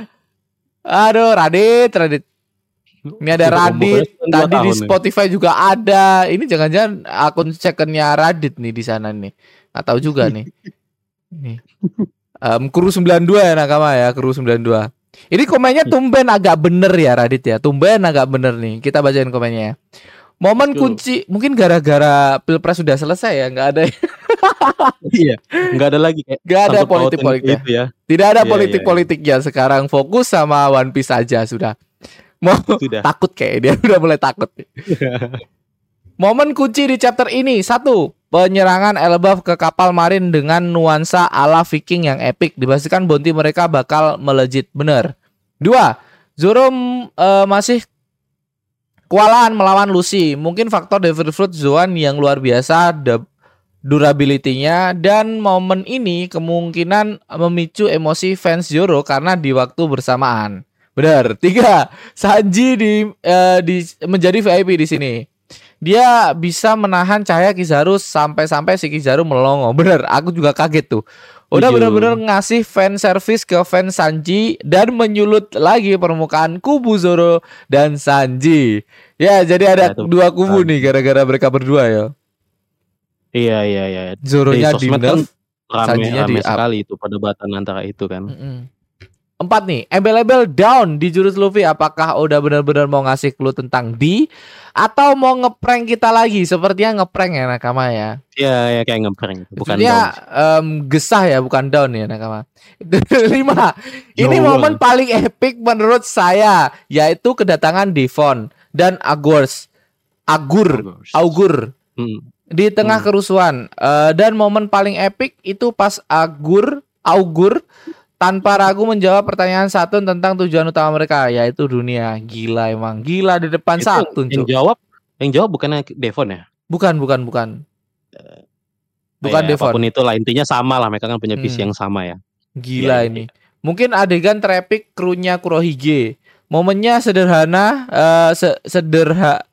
Aduh, Radit, Radit. Ini ada Radit, tadi di Spotify juga ada. Ini jangan-jangan akun secondnya Radit nih di sana nih. Nggak tahu juga nih. Nih. Um, Kru sembilan dua ya Nakama ya, Kru sembilan dua. Ini komennya tumben agak bener ya Radit ya. Tumben agak bener nih. Kita bacain komennya ya. Momen kunci mungkin gara-gara Pilpres sudah selesai ya, nggak ada. Iya, nggak ada lagi kayak nggak ada politik-politik itu ya. Tidak ada politik-politiknya. Sekarang fokus sama One Piece aja sudah. Mau sudah. Takut kayak dia udah mulai takut. Momen kunci di chapter ini satu, penyerangan Elbaf ke kapal marin dengan nuansa ala Viking yang epic. Dipastikan bounty mereka bakal melejit bener. Dua, Zoro uh, masih kewalahan melawan Lucy. Mungkin faktor Devil Fruit Zoan yang luar biasa, durability-nya, dan momen ini kemungkinan memicu emosi fans Zoro karena di waktu bersamaan. Benar. Tiga, Sanji di, uh, di menjadi V I P di sini. Dia bisa menahan cahaya Kizaru sampai-sampai si Kizaru melongo. Bener, aku juga kaget tuh. Udah bener-bener ngasih fan service ke fans Sanji dan menyulut lagi permukaan kubu Zoro dan Sanji. Ya, jadi ada ya, dua kubu nih gara-gara mereka berdua ya. Iya iya iya. Zoronya di nerf, kan Sanjinya di up. Sekali itu perdebatan antara itu kan. Mm-mm. Empat nih, embel-embel down di jurus Luffy. Apakah udah benar-benar mau ngasih clue tentang D atau mau ngeprank kita lagi? Sepertinya ngeprank ya Nakama ya. Iya ya kayak ngeprank, bukan Sepertinya, down. Um, gesah ya, bukan down ya Nakama. Lima, ini momen paling epic menurut saya, yaitu kedatangan Devon dan Agurs, Agur, Augur. Hmm. Di tengah hmm. kerusuhan, uh, dan momen paling epic itu pas Agur, Augur tanpa ragu menjawab pertanyaan Saturn tentang tujuan utama mereka, yaitu dunia. Gila emang, gila di depan itu Saturn. Yang jawab, yang jawab bukannya Devon ya? Bukan, bukan, bukan. Bukan ya, Devon. Apapun itu lah, intinya sama lah, mereka kan punya visi hmm. yang sama ya. Gila ya, ini. Ya. Mungkin adegan traffic krunya Kurohige. Momennya sederhana, uh, se- sederhana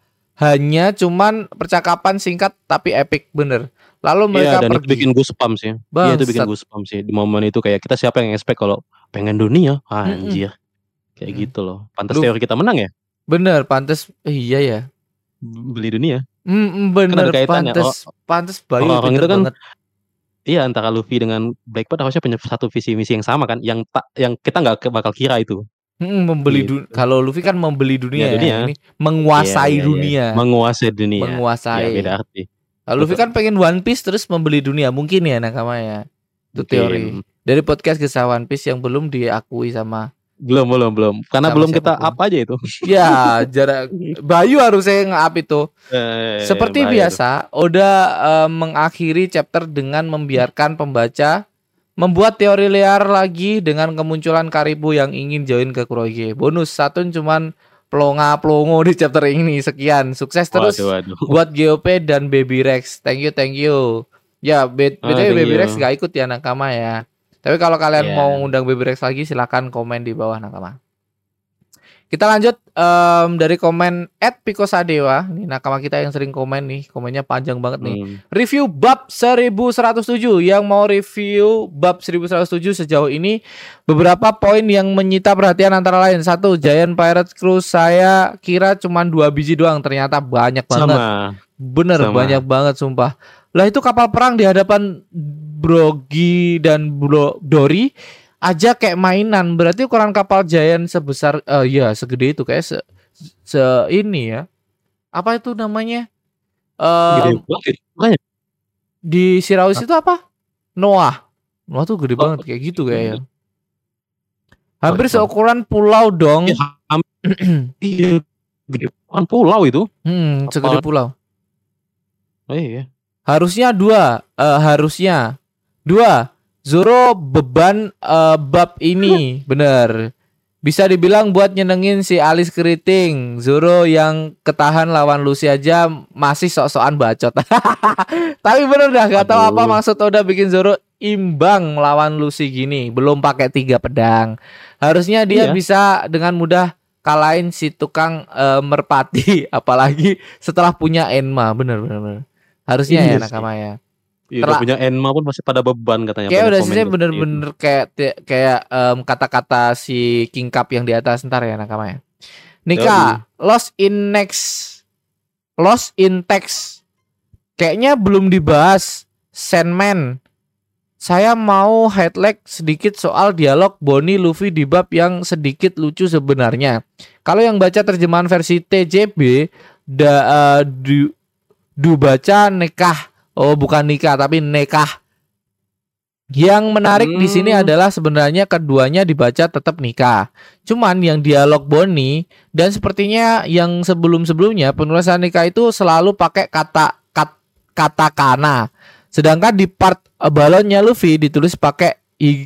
hanya cuman percakapan singkat tapi epic bener. Lalu mereka Iya, dan itu pergi. bikin goosebumps ya. Iya itu bikin Bangsat. goosebumps sih. Di momen itu kayak kita siapa yang expect kalau pengen dunia, Mm-mm. anjir. Kayak Mm. gitu loh. Pantas Lu- teori kita menang ya. Bener, pantes iya ya. B- Beli dunia. Mm, Kan ada bener, kaitannya. pantes pantes Bayu Orang-orang pinter itu kan banget. iya antara Luffy dengan Blackbird harusnya punya satu visi misi yang sama kan, yang tak yang kita nggak ke- bakal kira itu. Mm, membeli Gitu. dunia. Kalau Luffy kan membeli dunia, Ya, ya. dunia. Ini menguasai Iya, iya, iya. dunia. Menguasai dunia. Menguasai. Ya beda arti. Kalau Luffy Betul. kan pengen One Piece terus membeli dunia, mungkin ya nakama ya. Itu Mungkin. teori. Dari podcast kisah One Piece yang belum diakui sama Belum, belum, belum. Karena Sama belum kita siapapun. up aja itu. ya jarak Bayu harusnya nge-up itu. Eh, Seperti bahaya tuh. biasa, Oda eh, mengakhiri chapter dengan membiarkan pembaca membuat teori liar lagi dengan kemunculan Karibu yang ingin join ke Kuroge. Bonus Satun cuman pelonga-pelongo di chapter ini. Sekian, sukses terus Waduh, waduh. buat G O P dan Baby Rex. Thank you, thank you. Ya, B T W Ah, thank Baby you. Rex gak ikut ya nakama ya. Tapi kalau kalian Yeah. mau ngundang Baby Rex lagi silakan komen di bawah nakama. Kita lanjut em, dari komen at Piko Sadewa. Nih nakama kita yang sering komen nih. Komennya panjang banget nih. Hmm. Review bab seribu seratus tujuh. Yang mau review bab seribu seratus tujuh sejauh ini, beberapa poin yang menyita perhatian antara lain. Satu, Giant Pirate Crew saya kira cuma dua biji doang, ternyata banyak banget. Sama. Bener, Sama. banyak banget sumpah. Lah itu kapal perang di hadapan Brogy dan Bro Dory aja kayak mainan. Berarti ukuran kapal Giant sebesar eh ya segede itu kayak se, se ini ya. Apa itu namanya? Eh Gede banget. Makanya di Siraus itu apa? Noah. Noah tuh gede banget kayak gitu kayaknya. Hampir Sorry, sorry. seukuran pulau dong. Iya, ham- iya, gede kan pulau itu. Hmm, Kapal. segede pulau. Oh iya. Harusnya dua, eh, harusnya dua. Zoro beban eh, bab ini, bener. Bisa dibilang buat nyenengin si alis keriting. Zoro yang ketahan lawan Lucy aja masih sok-sokan bacot. Tapi bener dah, gak tahu Aduh. apa maksud Oda bikin Zoro imbang lawan Lucy gini. Belum pakai tiga pedang. Harusnya dia Iya. bisa dengan mudah kalahin si tukang eh, merpati. Apalagi setelah punya Enma, bener bener. bener. Harusnya ya Iya sih. nakama ya. Iya, Telah- udah punya Enma pun pasti pada beban katanya. Kayak banyak udah komen sih seperti bener-bener kayak te- kayak em, kata-kata si King Cup yang di atas ntar ya nakama ya. Nika, Lost in Next, Lost in Text. Kayaknya belum dibahas. Sandman. Saya mau highlight sedikit soal dialog Bonnie Luffy di bab yang sedikit lucu sebenarnya. Kalau yang baca terjemahan versi T J B, da, eh, du, du baca nekah. Oh, bukan nikah tapi nekah. Yang menarik di sini Hmm. adalah sebenarnya keduanya dibaca tetap nikah. Cuman yang dialog Bonnie dan sepertinya yang sebelum-sebelumnya penulisan nikah itu selalu pakai kata kat, katakana. Sedangkan di part eh, balonnya Luffy ditulis pakai hi-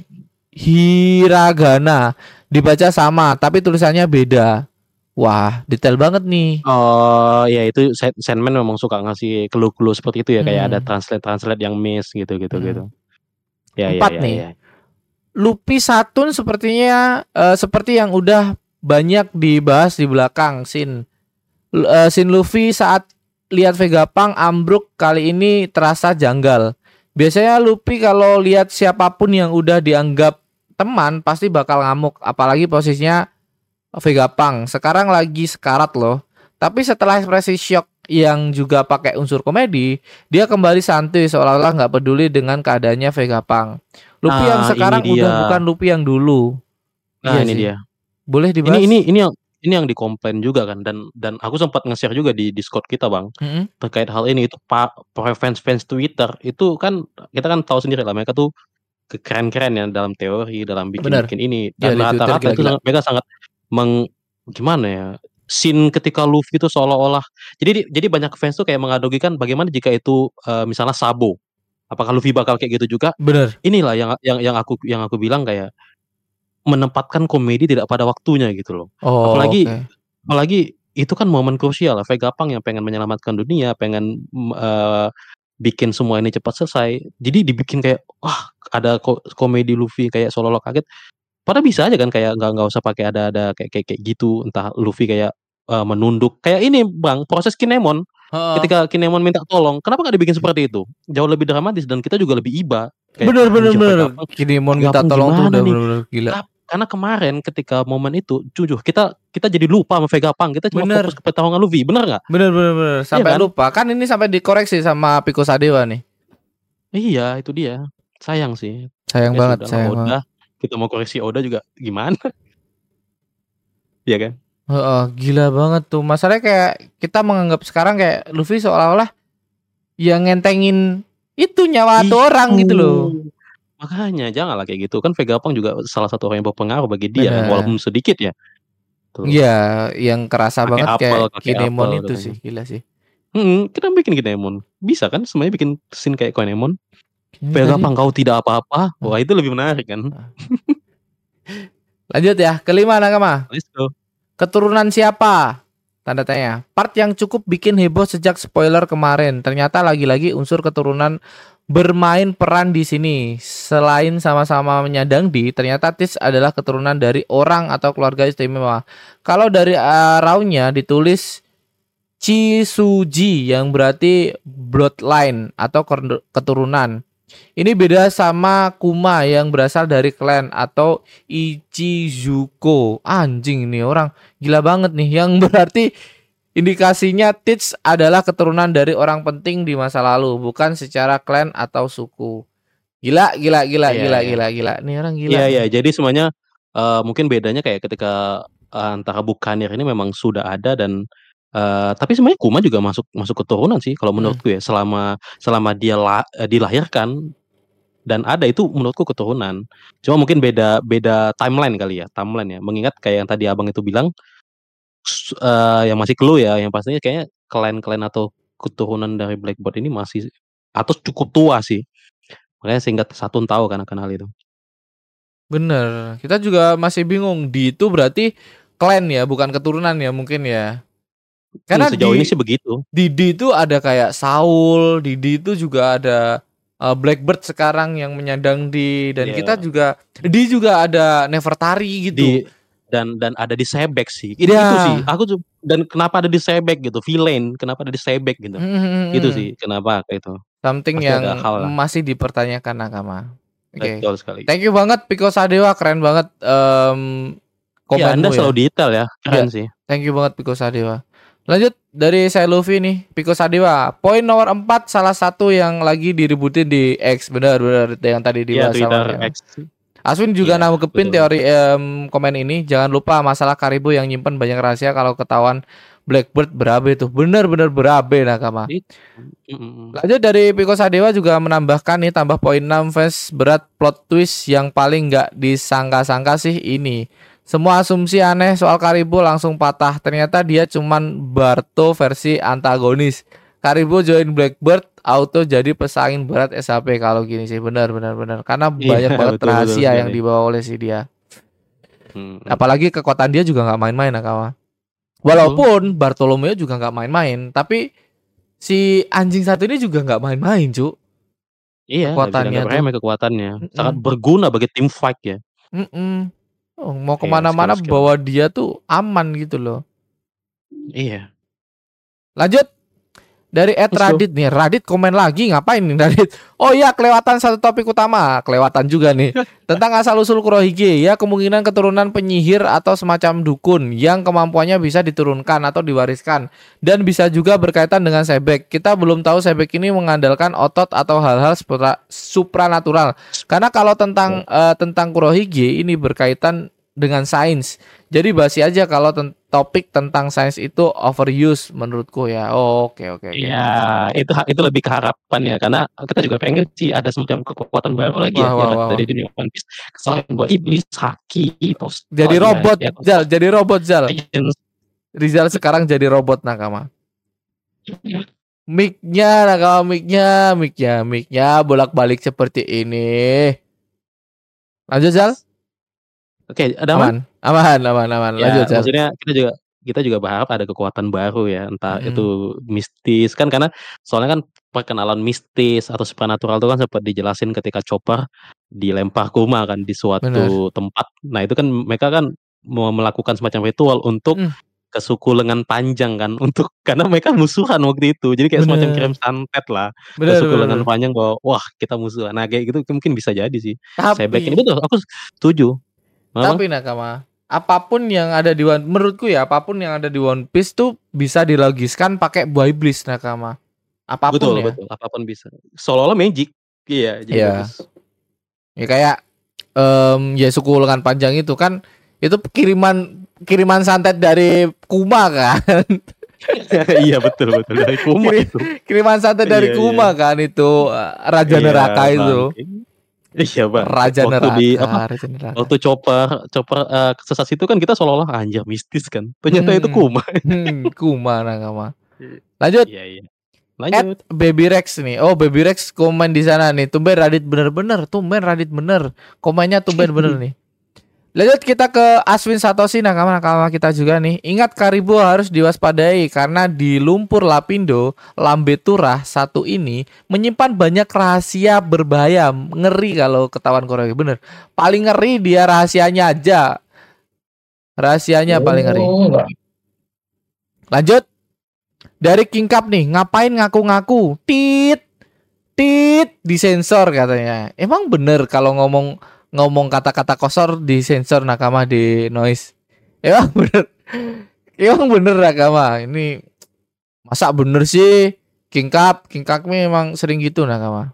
hiragana. Dibaca sama tapi tulisannya beda. Wah, detail banget nih. Oh ya itu Sand- Sandman memang suka ngasih clue-clue seperti itu ya, kayak Hmm. ada translate-translate yang miss gitu-gitu Hmm. gitu. Ya, Empat ya, ya, nih. ya. Luffy Satun sepertinya eh, seperti yang udah banyak dibahas di belakang scene. L- eh, scene Luffy saat lihat Vegapunk ambruk kali ini terasa janggal. Biasanya Luffy kalau lihat siapapun yang udah dianggap teman pasti bakal ngamuk, apalagi posisinya Vegapunk. Sekarang lagi sekarat loh. Tapi setelah ekspresi shock yang juga pakai unsur komedi, dia kembali santuy seolah-olah nggak peduli dengan keadaannya Vegapunk. Luffy Nah, yang sekarang ini udah dia. bukan Luffy yang dulu. Nah Iya ini sih. dia. Boleh Ini dibahas? ini ini yang ini yang dikomplain juga kan, dan dan aku sempat nge-share juga di Discord kita bang Mm-mm. terkait hal ini. Itu pak fans fans Twitter itu kan kita kan tahu sendiri lah, mereka tuh keren-keren ya dalam teori, dalam Bener. bikin-bikin ini, Ya, dan di Twitter rata-rata itu gila-gila. sangat, mereka sangat meng gimana ya, scene ketika Luffy itu seolah-olah jadi di- jadi banyak fans tuh kayak mengadogikan bagaimana jika itu eh, misalnya Sabo, apakah Luffy bakal kayak gitu juga. Bener. Inilah yang yang yang aku yang aku bilang kayak menempatkan komedi tidak pada waktunya gitu loh. Oh, apalagi oke. apalagi itu kan momen krusial lah, Vegapunk yang pengen menyelamatkan dunia, pengen mm, eh, bikin semua ini cepat selesai, jadi dibikin kayak wah ada ko- komedi Luffy kayak seolah-olah kaget. Padahal bisa aja kan kayak nggak nggak usah pakai ada ada kayak kayak kayak gitu, entah Luffy kayak uh, menunduk. Kayak ini Bang, proses Kinemon. Heeh. Ketika Kinemon minta tolong, kenapa nggak dibikin seperti itu? Jauh lebih dramatis dan kita juga lebih iba. Kayak, Bener bener anjir, bener. Vegapunk, Kinemon minta Vegapunk tolong tuh gimana udah nih? bener-bener gila. Ka- Karena kemarin ketika momen itu, jujur kita kita jadi lupa sama Vegapunk. Kita cuma Bener. fokus ke pertarungan Luffy, bener nggak? Bener bener bener. Sampai kan? lupa. Kan ini sampai dikoreksi sama Pico Sadewa nih. Iya, itu dia. Sayang sih. Sayang Ya banget, sudah, sayang Oda. banget. Kita mau koreksi Oda juga gimana? Iya kan? Heeh, gila banget tuh. Masalahnya kayak kita menganggap sekarang kayak Luffy seolah-olah yang ngentengin itu nyawa tuh orang gitu loh. Makanya janganlah kayak gitu. Kan Vegapunk juga salah satu orang yang berpengaruh bagi dia kan, Bener. walaupun sedikit ya. Tuh. Iya, yang kerasa Pakai banget apel, kayak pakai Kinemon apel itu katanya. sih, gila sih. Hmm, kita bikin Kinemon. Bisa kan semuanya bikin scene kayak Kinemon. Ini Vegapunk tadi- kau tidak apa-apa. Wah, itu lebih menarik kan. Lanjut ya, kelima nakama. Let's go. Keturunan siapa? Tanda tanya. Part yang cukup bikin heboh sejak spoiler kemarin. Ternyata lagi-lagi unsur keturunan bermain peran di sini. Selain sama-sama menyandang di, ternyata Tis adalah keturunan dari orang atau keluarga istimewa. Kalau dari uh, raw-nya ditulis Chisuji yang berarti bloodline atau keturunan. Ini beda sama Kuma yang berasal dari klan atau Ichizuko. Anjing nih orang gila banget nih, yang berarti indikasinya Teach adalah keturunan dari orang penting di masa lalu, bukan secara klan atau suku. Gila, gila, gila, Iya, gila, iya. gila, gila. Nih orang gila. Iya, nih. iya. Jadi semuanya uh, mungkin bedanya kayak ketika uh, antara Buccaneer ini memang sudah ada dan uh, tapi sebenarnya Kuma juga masuk masuk keturunan sih kalau menurutku ya. Selama selama dia la, uh, dilahirkan dan ada itu menurutku keturunan. Cuma mungkin beda beda timeline kali ya, timeline ya. Mengingat kayak yang tadi abang itu bilang, uh, yang masih clue ya, yang pastinya kayaknya klan-klan atau keturunan dari Blackbird ini masih atau cukup tua sih. Makanya sehingga Saturn tahu kan akan hal itu. Bener, kita juga masih bingung. Di itu berarti klan ya, bukan keturunan ya mungkin ya. Karena hmm, sejauh di, ini sih begitu. Di di itu ada kayak Saul, di di itu juga ada uh, Blackbird sekarang yang menyandang di, dan Yeah. kita juga di juga ada Nefertari gitu. Di, dan dan ada di Sebek sih. Itu, Yeah. itu sih. Aku tuh dan kenapa ada di Sebek gitu? Villain, kenapa ada di Sebek gitu? Mm-hmm. Itu sih kenapa kayak itu. Something Pasti yang masih dipertanyakan nakama. Oke. Okay. Betul sekali. Thank you banget Pico Sadewa, keren banget um, komenmu ya. Anda selalu ya. detail ya, keren ya. sih. Thank you banget Pico Sadewa. Lanjut dari saya Luffy nih, Pico Sadewa. Poin nomor empat salah satu yang lagi diributin di X, benar-benar yang tadi dibahas ya, sama yang... X. Aswin juga ya, nanggepin teori um, komen ini. Jangan lupa masalah Karibo yang nyimpen banyak rahasia, kalau ketahuan Blackbird berabe tuh. Bener-bener berabe nakama. Lanjut dari Pico Sadewa juga menambahkan nih, tambah poin enam, fans berat plot twist yang paling gak disangka-sangka sih ini. Semua asumsi aneh soal Karibo langsung patah. Ternyata dia cuman Barto versi antagonis. Karibo join Blackbird, auto jadi pesaing berat S H P kalau gini sih. Benar benar benar. Karena banyak iya, banget betul, rahasia betul, yang dibawa oleh si dia. Hmm. Apalagi kekuatan dia juga nggak main-main nakama. Walaupun betul. Bartolomeo juga nggak main-main, tapi si anjing satu ini juga nggak main-main, Cuk. Iya, kekuatannya tuh. Remeh kekuatannya. Mm-mm. Sangat berguna bagi tim fight ya. Mm-mm. Oh, mau kemana-mana iya, bawa dia tuh aman gitu loh. Iya. Lanjut dari Ed Radit nih. Radit komen lagi, ngapain nih Radit? Oh iya, kelewatan satu topik utama. Kelewatan juga nih. Tentang asal-usul Kurohige. Ya, kemungkinan keturunan penyihir atau semacam dukun yang kemampuannya bisa diturunkan atau diwariskan. Dan bisa juga berkaitan dengan Sebek. Kita belum tahu Sebek ini mengandalkan otot atau hal-hal supranatural. Karena kalau tentang oh. uh, tentang Kurohige ini berkaitan dengan sains. Jadi basi aja kalau ten- topik tentang sains itu overuse menurutku ya. Oh, oke oke. Iya, itu itu lebih ke harapan ya, karena kita juga pengen sih ada semacam kekuatan baru lagi wah, ya, wah, ya wah, dari dunia One Piece. Selain buat iblis, haki, post. Jadi robot, ya, Zal, jadi robot Zal. Rizal sekarang jadi robot nakama. Mic-nya nakama, mic-nya, mic-nya, mic-nya bolak-balik seperti ini. Lanjut Zal. Oke, ada aman? Aman, aman, aman. Ya, lanjut, Zal. Maksudnya kita juga kita juga berharap ada kekuatan baru ya, entah hmm. itu mistis kan, karena soalnya kan perkenalan mistis atau supernatural itu kan sempat dijelasin ketika Chopper dilempar Kuma kan di suatu Bener. tempat. Nah, itu kan mereka kan mau melakukan semacam ritual untuk hmm. ke suku lengan panjang kan untuk karena mereka musuhan waktu itu. Jadi kayak semacam kirim Bener. santet lah ke Bener suku bener lengan bener. panjang bahwa wah kita musuhan. Nah kayak gitu mungkin bisa jadi sih. Saya backing Tapi betul, aku setuju. Kenapa? tapi Nakama, apapun yang ada di One, menurutku ya, apapun yang ada di One Piece tuh bisa dilogiskan pakai buah iblis Nakama. Apapun Betul ya. betul, apapun bisa. Seolah-olah magic. Iya, jadi Iya. bagus. Ya kayak em ya suku lengan panjang itu kan itu kiriman kiriman santet dari Kuma kan. Iya betul betul dari Kuma Kiri- itu. Kiriman santet dari Iya, Kuma iya. kan itu eh, Raja Iya, Neraka Bang. itu. Iya bang. Raja waktu Neraka, di apa? Raja Neraka. Waktu chopper chopper uh, kesesat itu kan kita seolah-olah anjir mistis kan. Ternyata itu Hmm. Kuma. Hmm, Kuma Nakama. Lanjut. Iya iya. At Lanjut. Baby Rex nih. Oh, Baby Rex komen di sana nih. Tumben Radit bener-bener, tumben Radit bener. Komennya tumben bener nih. Lanjut kita ke Aswin Satoshi nakama-nakama kita juga nih. Ingat Karibo harus diwaspadai karena di lumpur Lapindo, Lambe Turah satu ini menyimpan banyak rahasia berbahaya. Ngeri kalau ketahuan Korea. Bener. Paling ngeri dia rahasianya aja. Rahasianya paling ngeri. Lanjut. Dari King Cup nih, ngapain ngaku-ngaku? Tit. Tit disensor katanya. Emang bener kalau ngomong ngomong kata-kata kosor disensor nakama di noise. Emang bener. Emang bener nakama. Ini masa bener sih? King Cup, King Cup memang sering gitu nakama.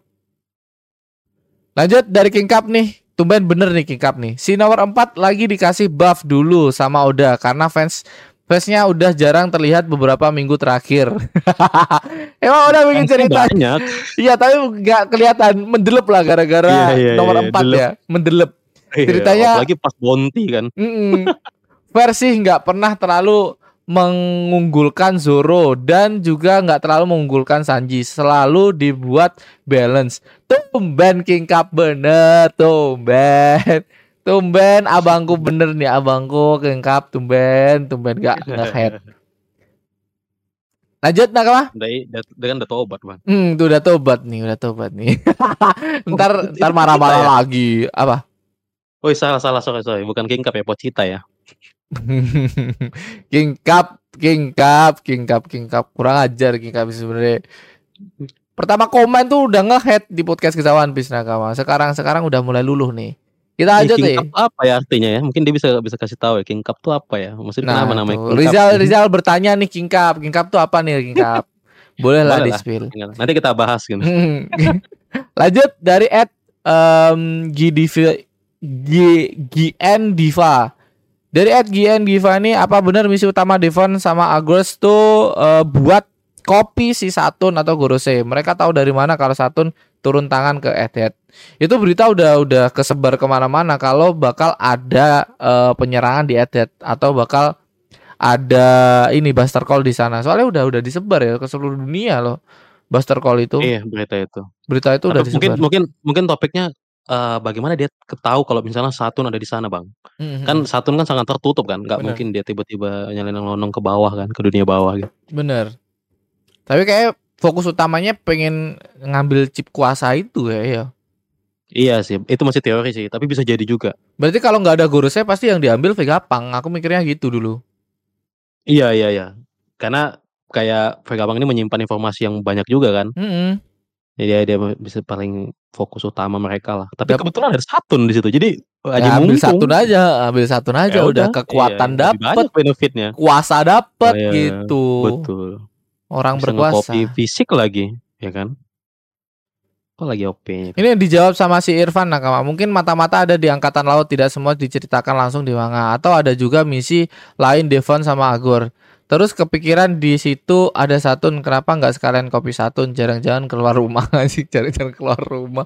Lanjut dari King Cup nih. Tumben bener nih King Cup nih. Si nomor empat lagi dikasih buff dulu sama Oda karena fans fansnya udah jarang terlihat beberapa minggu terakhir. Emang udah bikin cerita banyak. Iya tapi nggak kelihatan mendelep lah gara-gara Iya, iya, nomor iya, empat delep. ya mendelep. Iya, Ceritanya apalagi pas Bounty kan. mm-mm, versi nggak pernah terlalu mengunggulkan Zoro dan juga nggak terlalu mengunggulkan Sanji. Selalu dibuat balance. Tumben King Cup bener, tumben. Tumben abangku bener nih abangku King Cup tumben tumben gak nge-head. Lanjut nakama? Udah, udah, udah kan udah tobat bang. Hmm, tuh udah tobat nih, udah tobat nih. ntar Oh, ntar itu marah-marah Pochita ya? lagi. Apa? Oh salah salah sorry sorry bukan King Cup ya Pochita ya. King Cup, King Cup, King Cup, King Cup. Kurang ajar King Cup sebenarnya. Pertama komen tuh udah nge-head di podcast Kisah One Piece nakama. Sekarang sekarang udah mulai luluh nih. Kita Ini aja King deh. Cup apa ya artinya ya? Mungkin dia bisa bisa kasih tahu ya King Cup tuh apa ya? Maksudnya Nah, kenapa namanya tuh. King Rizal Cup? Rizal bertanya nih King Cup. King Cup tuh apa nih King Cup? Boleh lah Boleh di lah. spill. Nanti kita bahas gitu. Lanjut dari at um, Gidiva G GN Diva. Dari at G N Diva ini apa benar misi utama Devon sama Agros tuh uh, buat kopi si Satun atau Gorose? Mereka tahu dari mana kalau Satun turun tangan ke Earthhead? Itu berita udah udah kesebar kemana-mana kalau bakal ada uh, penyerangan di Earthhead atau bakal ada ini Buster Call di sana. Soalnya udah udah disebar ya ke seluruh dunia loh. Buster Call itu. Iya, berita itu. Berita itu Tapi udah mungkin disebar. mungkin mungkin topiknya uh, bagaimana dia ketahui kalau misalnya Satun ada di sana, Bang. Mm-hmm. Kan Satun kan sangat tertutup kan, nggak mungkin dia tiba-tiba nyalain lonong ke bawah kan, ke dunia bawah gitu. Bener. Tapi kayak fokus utamanya pengen ngambil chip kuasa itu ya, ya. Iya sih, itu masih teori sih, tapi bisa jadi juga. Berarti kalau nggak ada Gorosei pasti yang diambil Vegapunk. Aku mikirnya gitu dulu. Iya iya iya, karena kayak Vegapunk ini menyimpan informasi yang banyak juga kan. Mm-hmm. Jadi dia, dia bisa paling fokus utama mereka lah. Tapi Dap- kebetulan ada Satun di situ, jadi ya, ambil Satun aja, ambil Satun aja ya udah kekuatan iya, dapat, benefitnya, kuasa dapat oh, iya, gitu. Betul. Orang bisa berkuasa. Fisik lagi, ya kan? Kok lagi O P? Ini yang dijawab sama si Irfan Nakama. Mungkin mata-mata ada di angkatan laut, tidak semua diceritakan langsung di manga. Atau ada juga misi lain Devon sama Agor. Terus kepikiran di situ ada Satun, kenapa nggak sekalian kopi Satun? Jarang-jarang keluar rumah sih, jarang-jarang keluar rumah.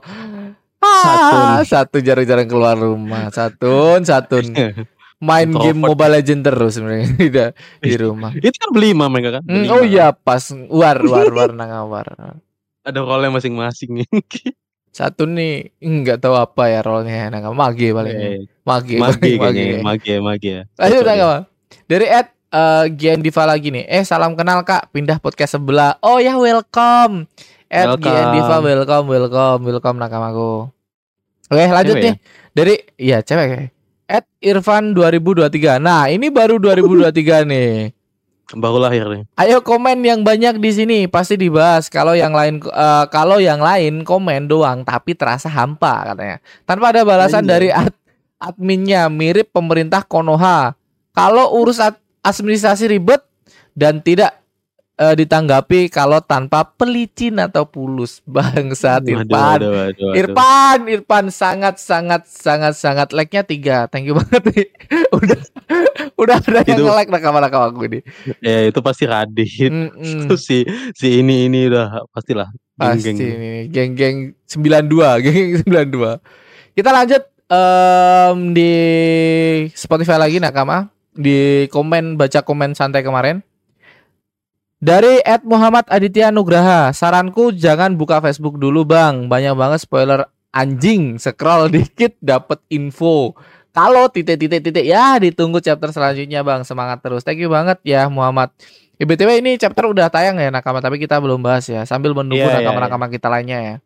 Ah, Satun jarang-jarang keluar rumah. Satun, Satun. Main game Mobile Legends terus sebenarnya tidak di rumah. Itu kan berlima mereka kan? Hmm, oh iya pas war war war nangawar. Ada role masing-masing nih. Satu nih nggak tahu apa ya role-nya nangga mage paling. Eh, mage mage mage mage mage ya. Lanjut nangga. Dari Ed uh, Gian Diva lagi nih. Eh salam kenal Kak, pindah podcast sebelah. Oh ya welcome. Ed Gian Diva welcome welcome welcome nakamaku. Oke lanjut cewek nih. Ya? Dari iya cewek. Ed Irfan dua ribu dua puluh tiga. Nah, ini baru dua ribu dua puluh tiga nih. Baru lahir nih. Ayo komen yang banyak di sini pasti dibahas. Kalau yang lain uh, kalau yang lain komen doang tapi terasa hampa katanya. Tanpa ada balasan Anjay. dari ad, adminnya, mirip pemerintah Konoha. Kalau urus ad, administrasi ribet dan tidak uh, ditanggapi kalau tanpa pelicin atau pulus. Bangsat Irfan. Waduh, waduh, waduh, waduh. Irfan, Irfan sangat sangat sangat sangat like-nya tiga. Thank you banget nih. Udah udah ada yang Itu- nge-like nakama-nakama aku ini. Ya itu pasti Radit. Mm-mm. Terus si si ini ini udah pastilah. Pasti Geng-geng. nih, geng-geng sembilan dua, geng sembilan dua. Kita lanjut em, di Spotify lagi nakama. Di komen, baca komen santai kemarin. Dari at Muhammad Aditya Nugraha, saranku jangan buka Facebook dulu bang, banyak banget spoiler anjing. Scroll dikit dapet info. Kalau titik-titik-titik ya ditunggu chapter selanjutnya bang, semangat terus. Thank you banget ya Muhammad. Ya, B T W ini chapter udah tayang ya nakama, tapi kita belum bahas ya, sambil menunggu Iya, iya, nakama-nakama kita lainnya ya.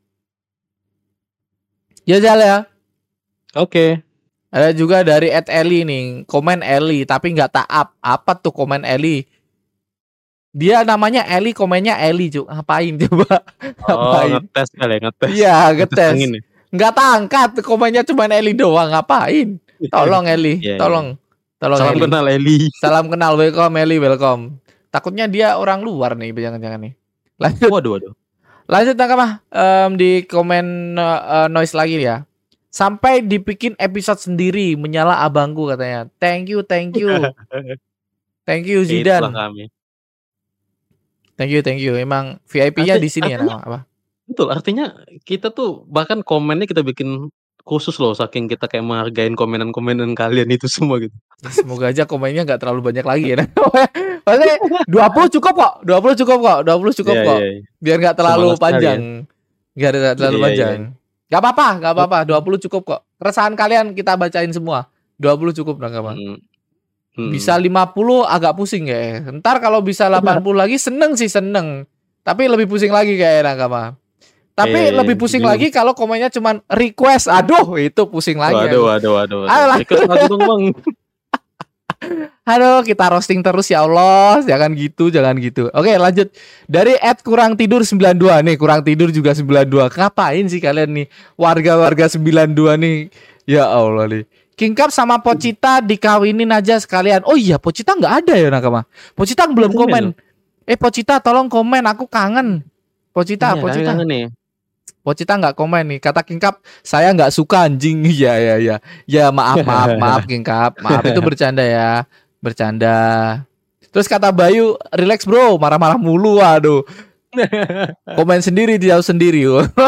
Ya Jal ya. Oke. Ada juga dari at Eli nih, komen Eli tapi nggak taap. Apa tuh komen Eli? Dia namanya Eli, komennya Eli Cuk. Ngapain coba? Oh, Ngapain? ngetes kali ya, ngetes. Iya, ngetes. angin ya? Nggak tangkat, komennya cuma Eli doang. Ngapain? Tolong Eli, Iya, iya. tolong. Tolong Salam Eli. kenal Eli. Salam kenal, welcome Eli, welcome. Takutnya dia orang luar nih, jangan-jangan nih. Lanjut, Waduh, waduh. lanjut nakama. Em, di komen uh, noise lagi ya. Sampai dibikin episode sendiri, menyala abangku katanya. Thank you, thank you. Thank you Itulah Zidan. kami. Thank you, thank you. Emang V I P-nya Arti- di sini ya artinya- nama apa? Betul, artinya kita tuh bahkan komennya kita bikin khusus loh, saking kita kayak menghargain komenan-komenan kalian itu semua gitu. Ya, semoga aja komennya nggak terlalu banyak lagi ya. Maksudnya dua puluh cukup kok, dua puluh cukup kok, dua puluh cukup Iya, kok. iya, iya. Biar nggak terlalu Semangat sekali panjang. Nggak ada terlalu Iya, panjang. Nggak apa-apa, nggak apa-apa. dua puluh cukup kok. Keresahan kalian kita bacain semua. dua puluh cukup nakama. Mm, mm. Bisa lima puluh agak pusing ya. Ntar kalau bisa delapan puluh lagi seneng sih seneng. Tapi lebih pusing lagi kayak nakama. Tapi Eh, lebih pusing bingung. lagi kalau komennya cuman request. Aduh, itu pusing lagi. Waduh, aku. waduh, waduh. Ayo lah. Request lagu dong, Bang. Aduh, kita roasting terus ya Allah. Jangan gitu, jangan gitu. Oke, lanjut. Dari at kurang tidur sembilan dua nih, kurang tidur juga sembilan dua. Ngapain sih kalian nih? Warga-warga sembilan dua nih. Ya Allah nih. King Cup sama Pocita dikawinin aja sekalian. Oh iya, Pocita nggak ada ya nakama. Pocita belum Bener, komen. Eh Pocita tolong komen, aku kangen. Pocita, Iya, Pocita. kangen nih. Pocita nggak komen nih. Kata King Cup, saya nggak suka anjing. Ya ya ya. Ya maaf maaf maaf King Cup. Maaf itu bercanda ya. Bercanda. Terus kata Bayu, relax bro, marah-marah mulu. Waduh. Komen sendiri, jauh sendiri.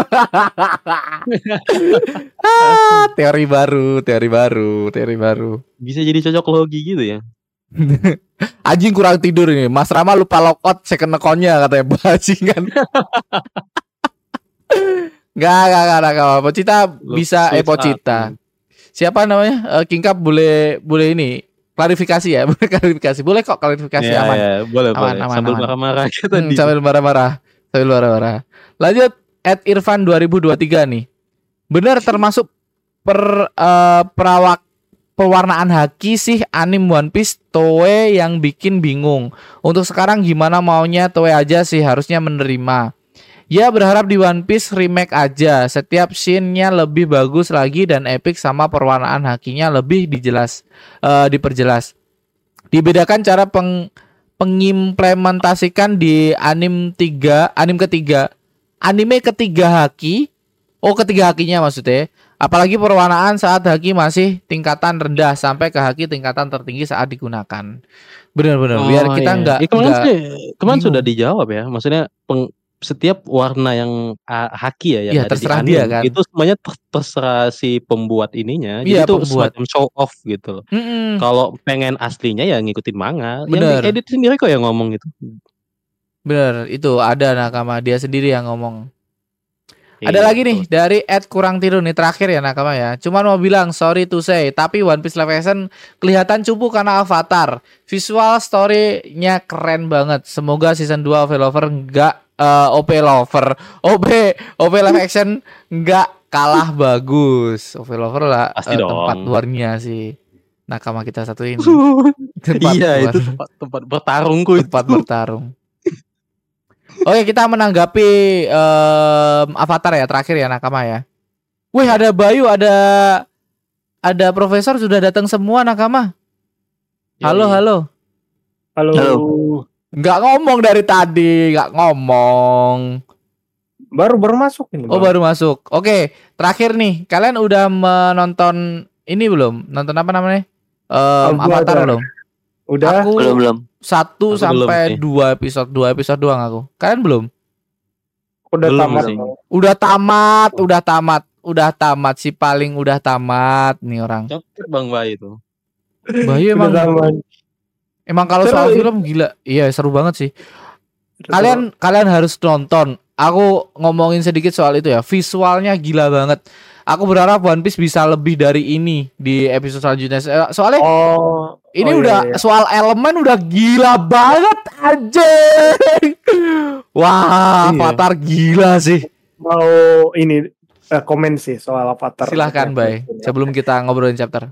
Ah, teori baru, teori baru, teori baru. Bisa jadi cocok logi gitu ya. Anjing kurang tidur ini. Mas Rama lupa logout second account-nya katanya bajingan. Enggak, enggak, enggak, enggak. Pocita bisa eh Pocita. Siapa namanya? Uh, King Cup boleh boleh ini klarifikasi ya, boleh klarifikasi. Boleh kok klarifikasi Ya, aman. ya, boleh, Aman, boleh. aman, Sambil aman. marah-marah kita Hmm, tadi. sambil marah-marah. Sambil marah-marah. Lanjut at Irfan dua ribu dua puluh tiga nih. Benar termasuk per eh, perawak pewarnaan haki sih anim One Piece Toei yang bikin bingung. Untuk sekarang gimana maunya Toei aja sih harusnya menerima. Ya berharap di One Piece remake aja. Setiap scene-nya lebih bagus lagi dan epic sama perwarnaan hakinya lebih dijelas eh, diperjelas. Dibedakan cara peng, pengimplementasikan di anim tiga, anim ketiga, anime ketiga haki. Oh, ketiga hakinya maksudnya. Apalagi perwarnaan saat haki masih tingkatan rendah sampai ke haki tingkatan tertinggi saat digunakan. Benar-benar biar Oh, kita iya. nggak Ya, kemarin, nggak sih, kemarin bingung. sudah dijawab ya. Maksudnya peng, setiap warna yang uh, haki ya yang Iya, ada di terserah anime, dia kan. itu semuanya ter- terserah si pembuat ininya. Iya, Jadi itu pembuat. semacam show off gitu loh. Mm-mm. Kalau pengen aslinya ya ngikutin manga. Bener. Yang edit sendiri kok yang ngomong gitu. Bener, itu ada nakama dia sendiri yang ngomong. Ada Iya, lagi nih betul. dari Ed kurang tidur nih terakhir ya nakama ya. Cuman mau bilang sorry to say, tapi One Piece Live Action kelihatan cupu karena Avatar. Visual story-nya keren banget. Semoga season dua O V Lover enggak uh, O P Lover, O P O P Live Action enggak kalah bagus. O V Lover lah Pasti uh, dong. tempat luarnya sih. nakama kita satu ini. Iya, itu tempat tempat bertarungku itu. Tempat bertarung. Oke, kita menanggapi um, Avatar ya terakhir ya nakama ya. Wih, ada Bayu, ada ada Profesor sudah datang semua nakama. Halo, halo. Halo. Halo. Nggak ngomong dari tadi, nggak ngomong. Baru baru masuk ini. Oh, baru masuk. Oke, terakhir nih, kalian udah menonton ini belum? Nonton apa namanya? Um, Oh, gua Avatar udah. belum? Udah. Aku Belum belum. satu Aku belum sampai sih. dua episode, dua episode doang aku. Kalian belum? Udah Belum tamat. sih. Udah tamat, udah tamat, udah tamat si paling udah tamat nih orang. Coklat Bang Bayu itu. Bayu emang Udah tamat. emang kalau Seru soal ini. film gila. Iya, seru banget sih. Kalian kalian harus nonton. Aku ngomongin sedikit soal itu ya. Visualnya gila banget. Aku berharap One Piece bisa lebih dari ini di episode selanjutnya. So- Soalnya Oh, ini oh, iya, udah iya. soal elemen udah gila banget anjing. Wah, Iya. Avatar gila sih. Mau ini eh, komen sih soal Avatar. Silahkan, Bay. Sebelum kita ngobrolin chapter.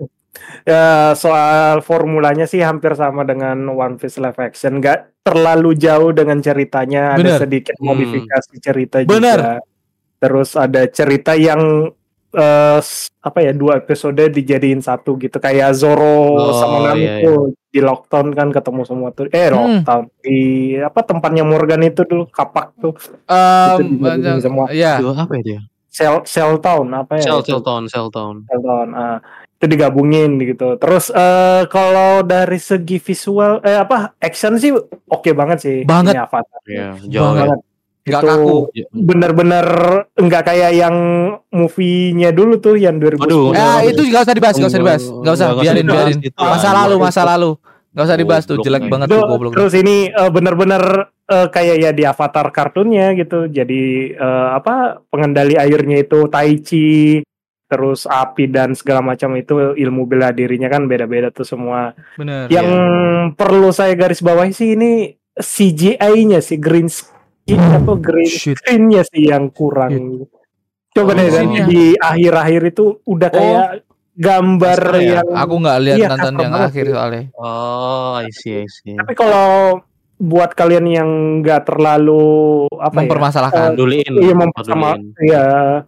Ya, soal formulanya sih hampir sama dengan One Piece live action, nggak terlalu jauh dengan ceritanya, Bener. ada sedikit Hmm. modifikasi cerita Bener. juga. Terus ada cerita yang eh, s- apa ya dua episode dijadiin satu gitu, kayak Zoro Oh, sama Nami iya, tuh di Lockdown kan ketemu semua tuh, eh Hmm. Lockdown di apa tempatnya Morgan itu dulu kapak tuh, Um, Itu dijadiin semua. ya. Itu apa itu ya? Cell Cell Town apa ya? Cell itu? Cell Town, Cell Town. Elton, ah, itu digabungin gitu. Terus eh kalau dari segi visual eh apa action sih oke banget sih. Banget. Ini Avatar. Iya, jauh ya. Banget. Nggak Itu kaku. bener-bener nggak kayak yang movie-nya dulu tuh yang dua ribu sepuluh. Waduh. Ya, Udah, itu nggak usah dibahas, nggak usah dibahas. Nggak usah, Nggak usah biarin, dibahas biarin. itu. Masa Ah, lalu, itu. masa lalu. Nggak usah dibahas tuh, Goblok jelek nih. banget Itu, tuh goblok. terus ini eh, bener-bener eh, kayak ya di Avatar kartunnya gitu. Jadi eh, apa pengendali airnya itu Tai Chi, terus api dan segala macam itu ilmu bela dirinya kan beda-beda tuh semua. Bener. Yang perlu saya garis bawahi sih ini C G I-nya sih green screen atau green Shit. screen-nya sih yang kurang. Coba Oh, deh dan scene-nya. di akhir-akhir itu udah kayak gambar Master ya? yang Aku nggak lihat Iya, nonton kasar yang banget akhir sih. soalnya. Oh, I see, I see. tapi kalau buat kalian yang nggak terlalu apa ya? Mempermasalahkan. Duliin. Iya mempersama Peduliin. ya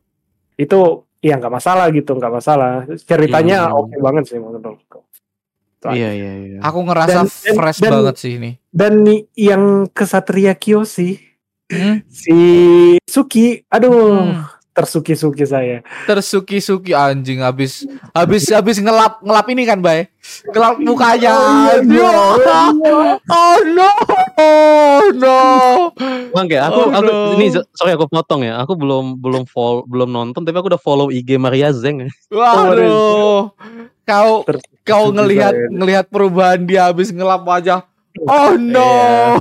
itu ya nggak masalah gitu nggak masalah ceritanya Hmm. oke banget sih menurutku. Iya, iya, iya. Aku ngerasa Dan- dan- fresh dan- banget sih ini. Dan nih yang kesatria Kyoshi Hmm? si Suki aduh Hmm. tersuki-suki saya. Tersuki-suki anjing habis habis habis ngelap ngelap ini kan, Bay. Ngelap mukanya. Oh, iya, Aduh. Oh no. Oh no. Bang, kayak aku, Oh, aku no. ini sorry aku potong ya. Aku belum belum follow, belum nonton, tapi aku udah follow I G Maria Zeng. Waduh. Kau Tersuki-suki kau ngelihat saya. ngelihat perubahan dia habis ngelap wajah. Oh no.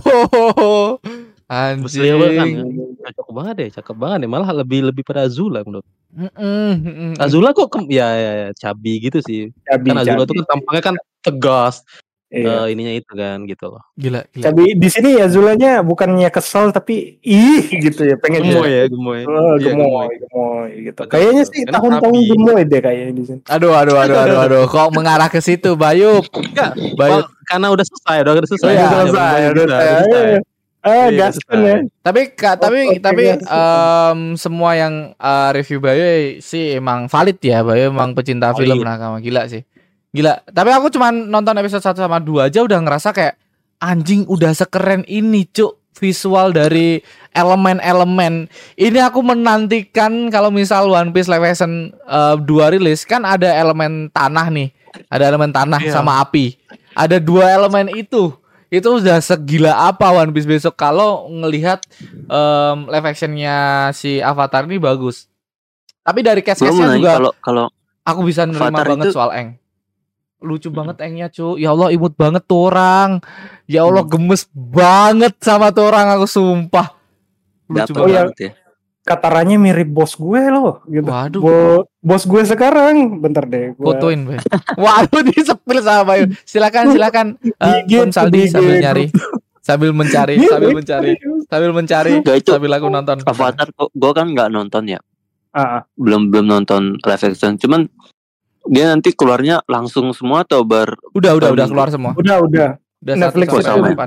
Muslim kan Anjing. cakep banget deh, cakep banget deh. Malah lebih lebih pada Azula menurut. Mm-mm, mm-mm. Azula kok kem- ya, ya, ya cabi gitu sih. Cabi, Kan Azula cabi. tuh kan tampangnya kan tegas. Iya. eh, ininya itu kan gitu loh. Gila, gila. Cabi di sini ya Zulanya bukannya kesel tapi ih gitu ya pengen Gemoy ya, gemoy. Oh, Iya, gemoy, gemoy gitu. Betul, Kayaknya betul. sih Karena tahun-tahun cabi. gemoy deh kayaknya di sini. Aduh, aduh, aduh, aduh, aduh. Kok mengarah ke situ, Bayu? Enggak, Bayu. Bang, karena udah selesai, udah udah selesai. Oh, iya, Udah selesai, gemoy udah juga, selesai. udah selesai. Ah, Iya, gaskan selesai. ya. Tapi kak, tapi Oh, oke, tapi guys. em, semua yang eh, review Bayu sih emang valid ya. Bayu emang pecinta Valid. film nakama gila sih. Gila. Tapi aku cuman nonton episode satu sama dua aja udah ngerasa kayak anjing udah sekeren ini, Cuk. Visual dari elemen-elemen. Ini aku menantikan kalau misal One Piece Live Action eh, dua rilis kan ada elemen tanah nih. Ada elemen tanah Iya. sama api. Ada dua elemen itu. Itu udah segila apa One Piece besok kalau ngelihat em, live actionnya si Avatar ini bagus. Tapi dari Gua mau cast-castnya nanya juga kalau kalau aku bisa nerima Avatar banget itu- soal Eng. Lucu banget Engnya, cu. Ya Allah, imut banget tuh orang. Ya Allah, gemes banget sama tuh orang, aku sumpah. Lucu dapet Oh, iya. banget. banget ya. Kataranya mirip bos gue loh gitu. Waduh. Bo- bos gue sekarang. Bentar deh. Gua... Fotoin, Bay. Waduh, disepil sama Bayu. Silakan, silakan. Uh, Di G, Kon Saldi di G sambil group. nyari. Sambil mencari, sambil mencari, sambil mencari, Nggak, itu sambil aku nonton. Avatar kok gue kan nggak nonton ya. Ah, ah. Belum belum nonton live action. Cuman Dia nanti keluarnya langsung semua atau bar? Udah udah per udah minggu? keluar semua. Udah udah. Udah Netflix satu itu sampai sama. delapan.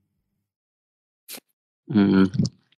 Hmm.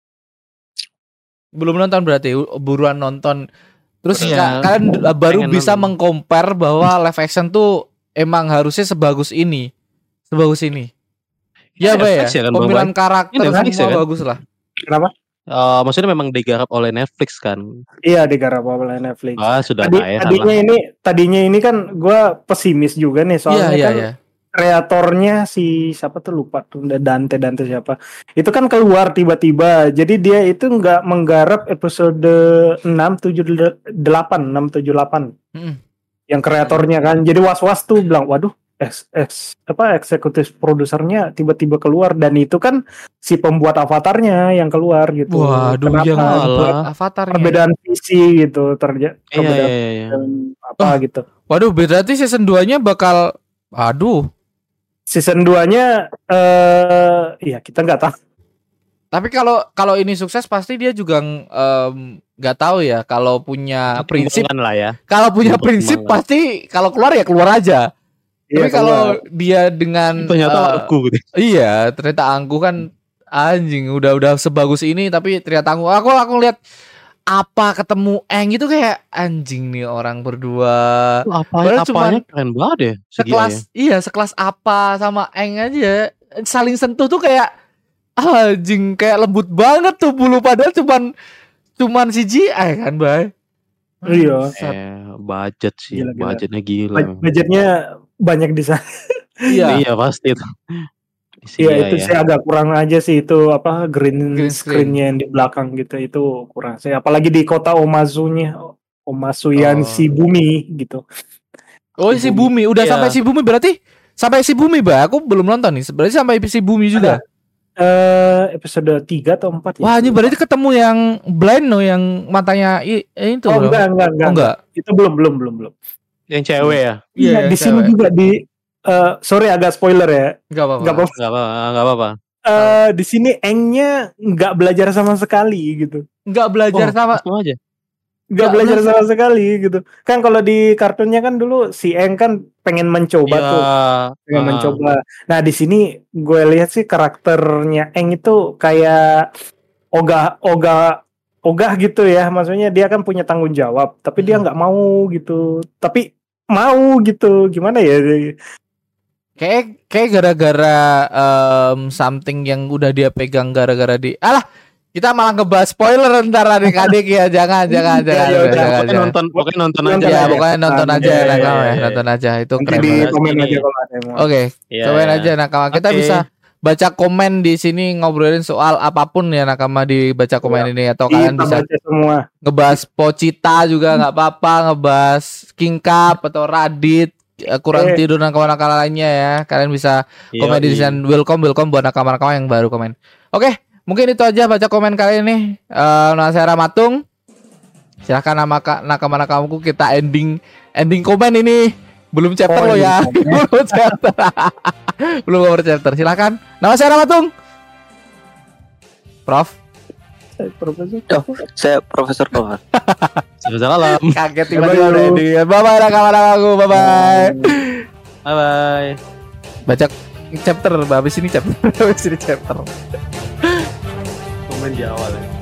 Belum nonton berarti buruan nonton. Terus Iya, ka- kalian d- baru pengen bisa nonton. mengcompare bahwa live action tuh emang harusnya sebagus ini, sebagus ini. Ya, Bay ya. Netflix ya kan, Bang Pemilihan karakter Ini Netflix semua ya kan? bagus lah. Kenapa? Eh, maksudnya memang digarap oleh Netflix kan? Iya digarap oleh Netflix. Ah sudah Tadi, tak heran tadinya lah. ini tadinya ini kan gue pesimis juga nih Iya soalnya iya kan iya. kreatornya si siapa tuh lupa tuh Dante Dante siapa itu kan keluar tiba-tiba jadi dia itu nggak menggarap episode enam tujuh delapan enam tujuh delapan Mm-mm. yang kreatornya kan jadi was-was tuh bilang waduh eks, eks, apa eksekutif produsernya tiba-tiba keluar dan itu kan si pembuat avatarnya yang keluar gitu. Waduh, Kenapa? yang Alah. buat avatarnya. Perbedaan visi gitu terjadi Iya perbedaan iya iya. apa gitu. Waduh, berarti season dua-nya bakal aduh. Season dua-nya eh ya kita nggak tahu. Tapi kalau kalau ini sukses pasti dia juga em, nggak tahu ya kalau punya prinsip. Perkembangan lah ya. Kalau punya Perkembangan. prinsip pasti kalau keluar ya keluar aja. Tapi Iya, kalau dia dengan Ternyata eh, aku gitu. iya, ternyata Angku kan anjing udah udah sebagus ini tapi ternyata Angku aku aku lihat apa ketemu Eng itu kayak anjing nih orang berdua. Apa Padahal apanya cuman keren banget ya. Segi sekelas iya sekelas apa sama Eng aja saling sentuh tuh kayak anjing kayak lembut banget tuh bulu padahal cuman cuman C G I kan, Bay. Iya. Eh, budget sih, Gila, gila. budgetnya gila. Bud- Budgetnya banyak di sana. Iya. Iya pasti itu. Iya itu sih agak kurang aja sih itu apa green, Green screen. screen-nya yang di belakang gitu itu kurang sih apalagi di kota Omazunya Omazu yang Oh. si bumi gitu. Oh, si Bumi udah Iya. sampai si Bumi berarti sampai si Bumi, Bay. Aku belum nonton nih. Berarti sampai si Bumi juga. Eh episode tiga atau empat ya? Wah, ini berarti ketemu yang blind no yang matanya i, eh, itu Oh loh. enggak enggak enggak. Oh, enggak. Itu belum belum belum belum. Yang cewek ya? Iya, Iya, di yang sini cewek. juga di eh sorry agak spoiler ya. Enggak apa-apa. Enggak apa-apa. Enggak apa enggak apa-apa. Eh di sini Engnya nggak belajar sama sekali gitu. Enggak belajar Oh, sama langsung aja. Nggak Nggak belajar belajar. sama sekali gitu. Kan kalau di kartunnya kan dulu si Eng kan pengen mencoba Iya. tuh, pengen ah. mencoba. Nah di sini gue lihat sih karakternya Eng itu kayak ogah ogah ogah gitu ya. Maksudnya dia kan punya tanggung jawab, tapi dia Hmm. nggak mau gitu. Tapi mau gitu. Gimana ya? kayak kayak gara-gara em, something yang udah dia pegang gara-gara di alah kita malah ngebahas spoiler ntar adik-adik ya jangan jangan Iya, jangan iya, jangan, udah. jangan, Pokoknya jangan. nonton, pokoknya nonton Nonton aja. Ya aja. pokoknya nonton aja Iya, ya iya, nakama iya, ya iya. nonton aja itu Nanti keren di banget. komen Ini. aja kalau ada yang mau. Oke, Iya, komen iya. aja nakama. Kita Oke. bisa baca komen di sini ngobrolin soal apapun ya nakama di baca komen Iya. ini atau kalian Kita bisa baca semua. ngebahas Pocita juga nggak apa-apa, ngebahas King Cup atau Radit eh, kurang Eh. tidur dan kawan-kawan lainnya ya. Kalian bisa komen di Yoi. sini. Welcome welcome buat nakama-nakama yang baru komen. Oke, mungkin itu aja baca komen kali ini. Eh nama saya Ramatung. Silahkan nama ka- nakama-nakamaku kita ending ending komen ini. Belum chapter Oh, lo ya. ending komen. Belum chapter. Belum over chapter. Silakan. Nama saya Ramatung. Prof. Eh, Profesor. Saya Profesor Kohar. Salam. Kaget Bye-bye, tiba-tiba ada bro. ending. Bye bye nakama-nakamaku. Bye bye. Bye bye. Baca chapter habis ini chapter. Habis ini chapter. Komen di awal ya.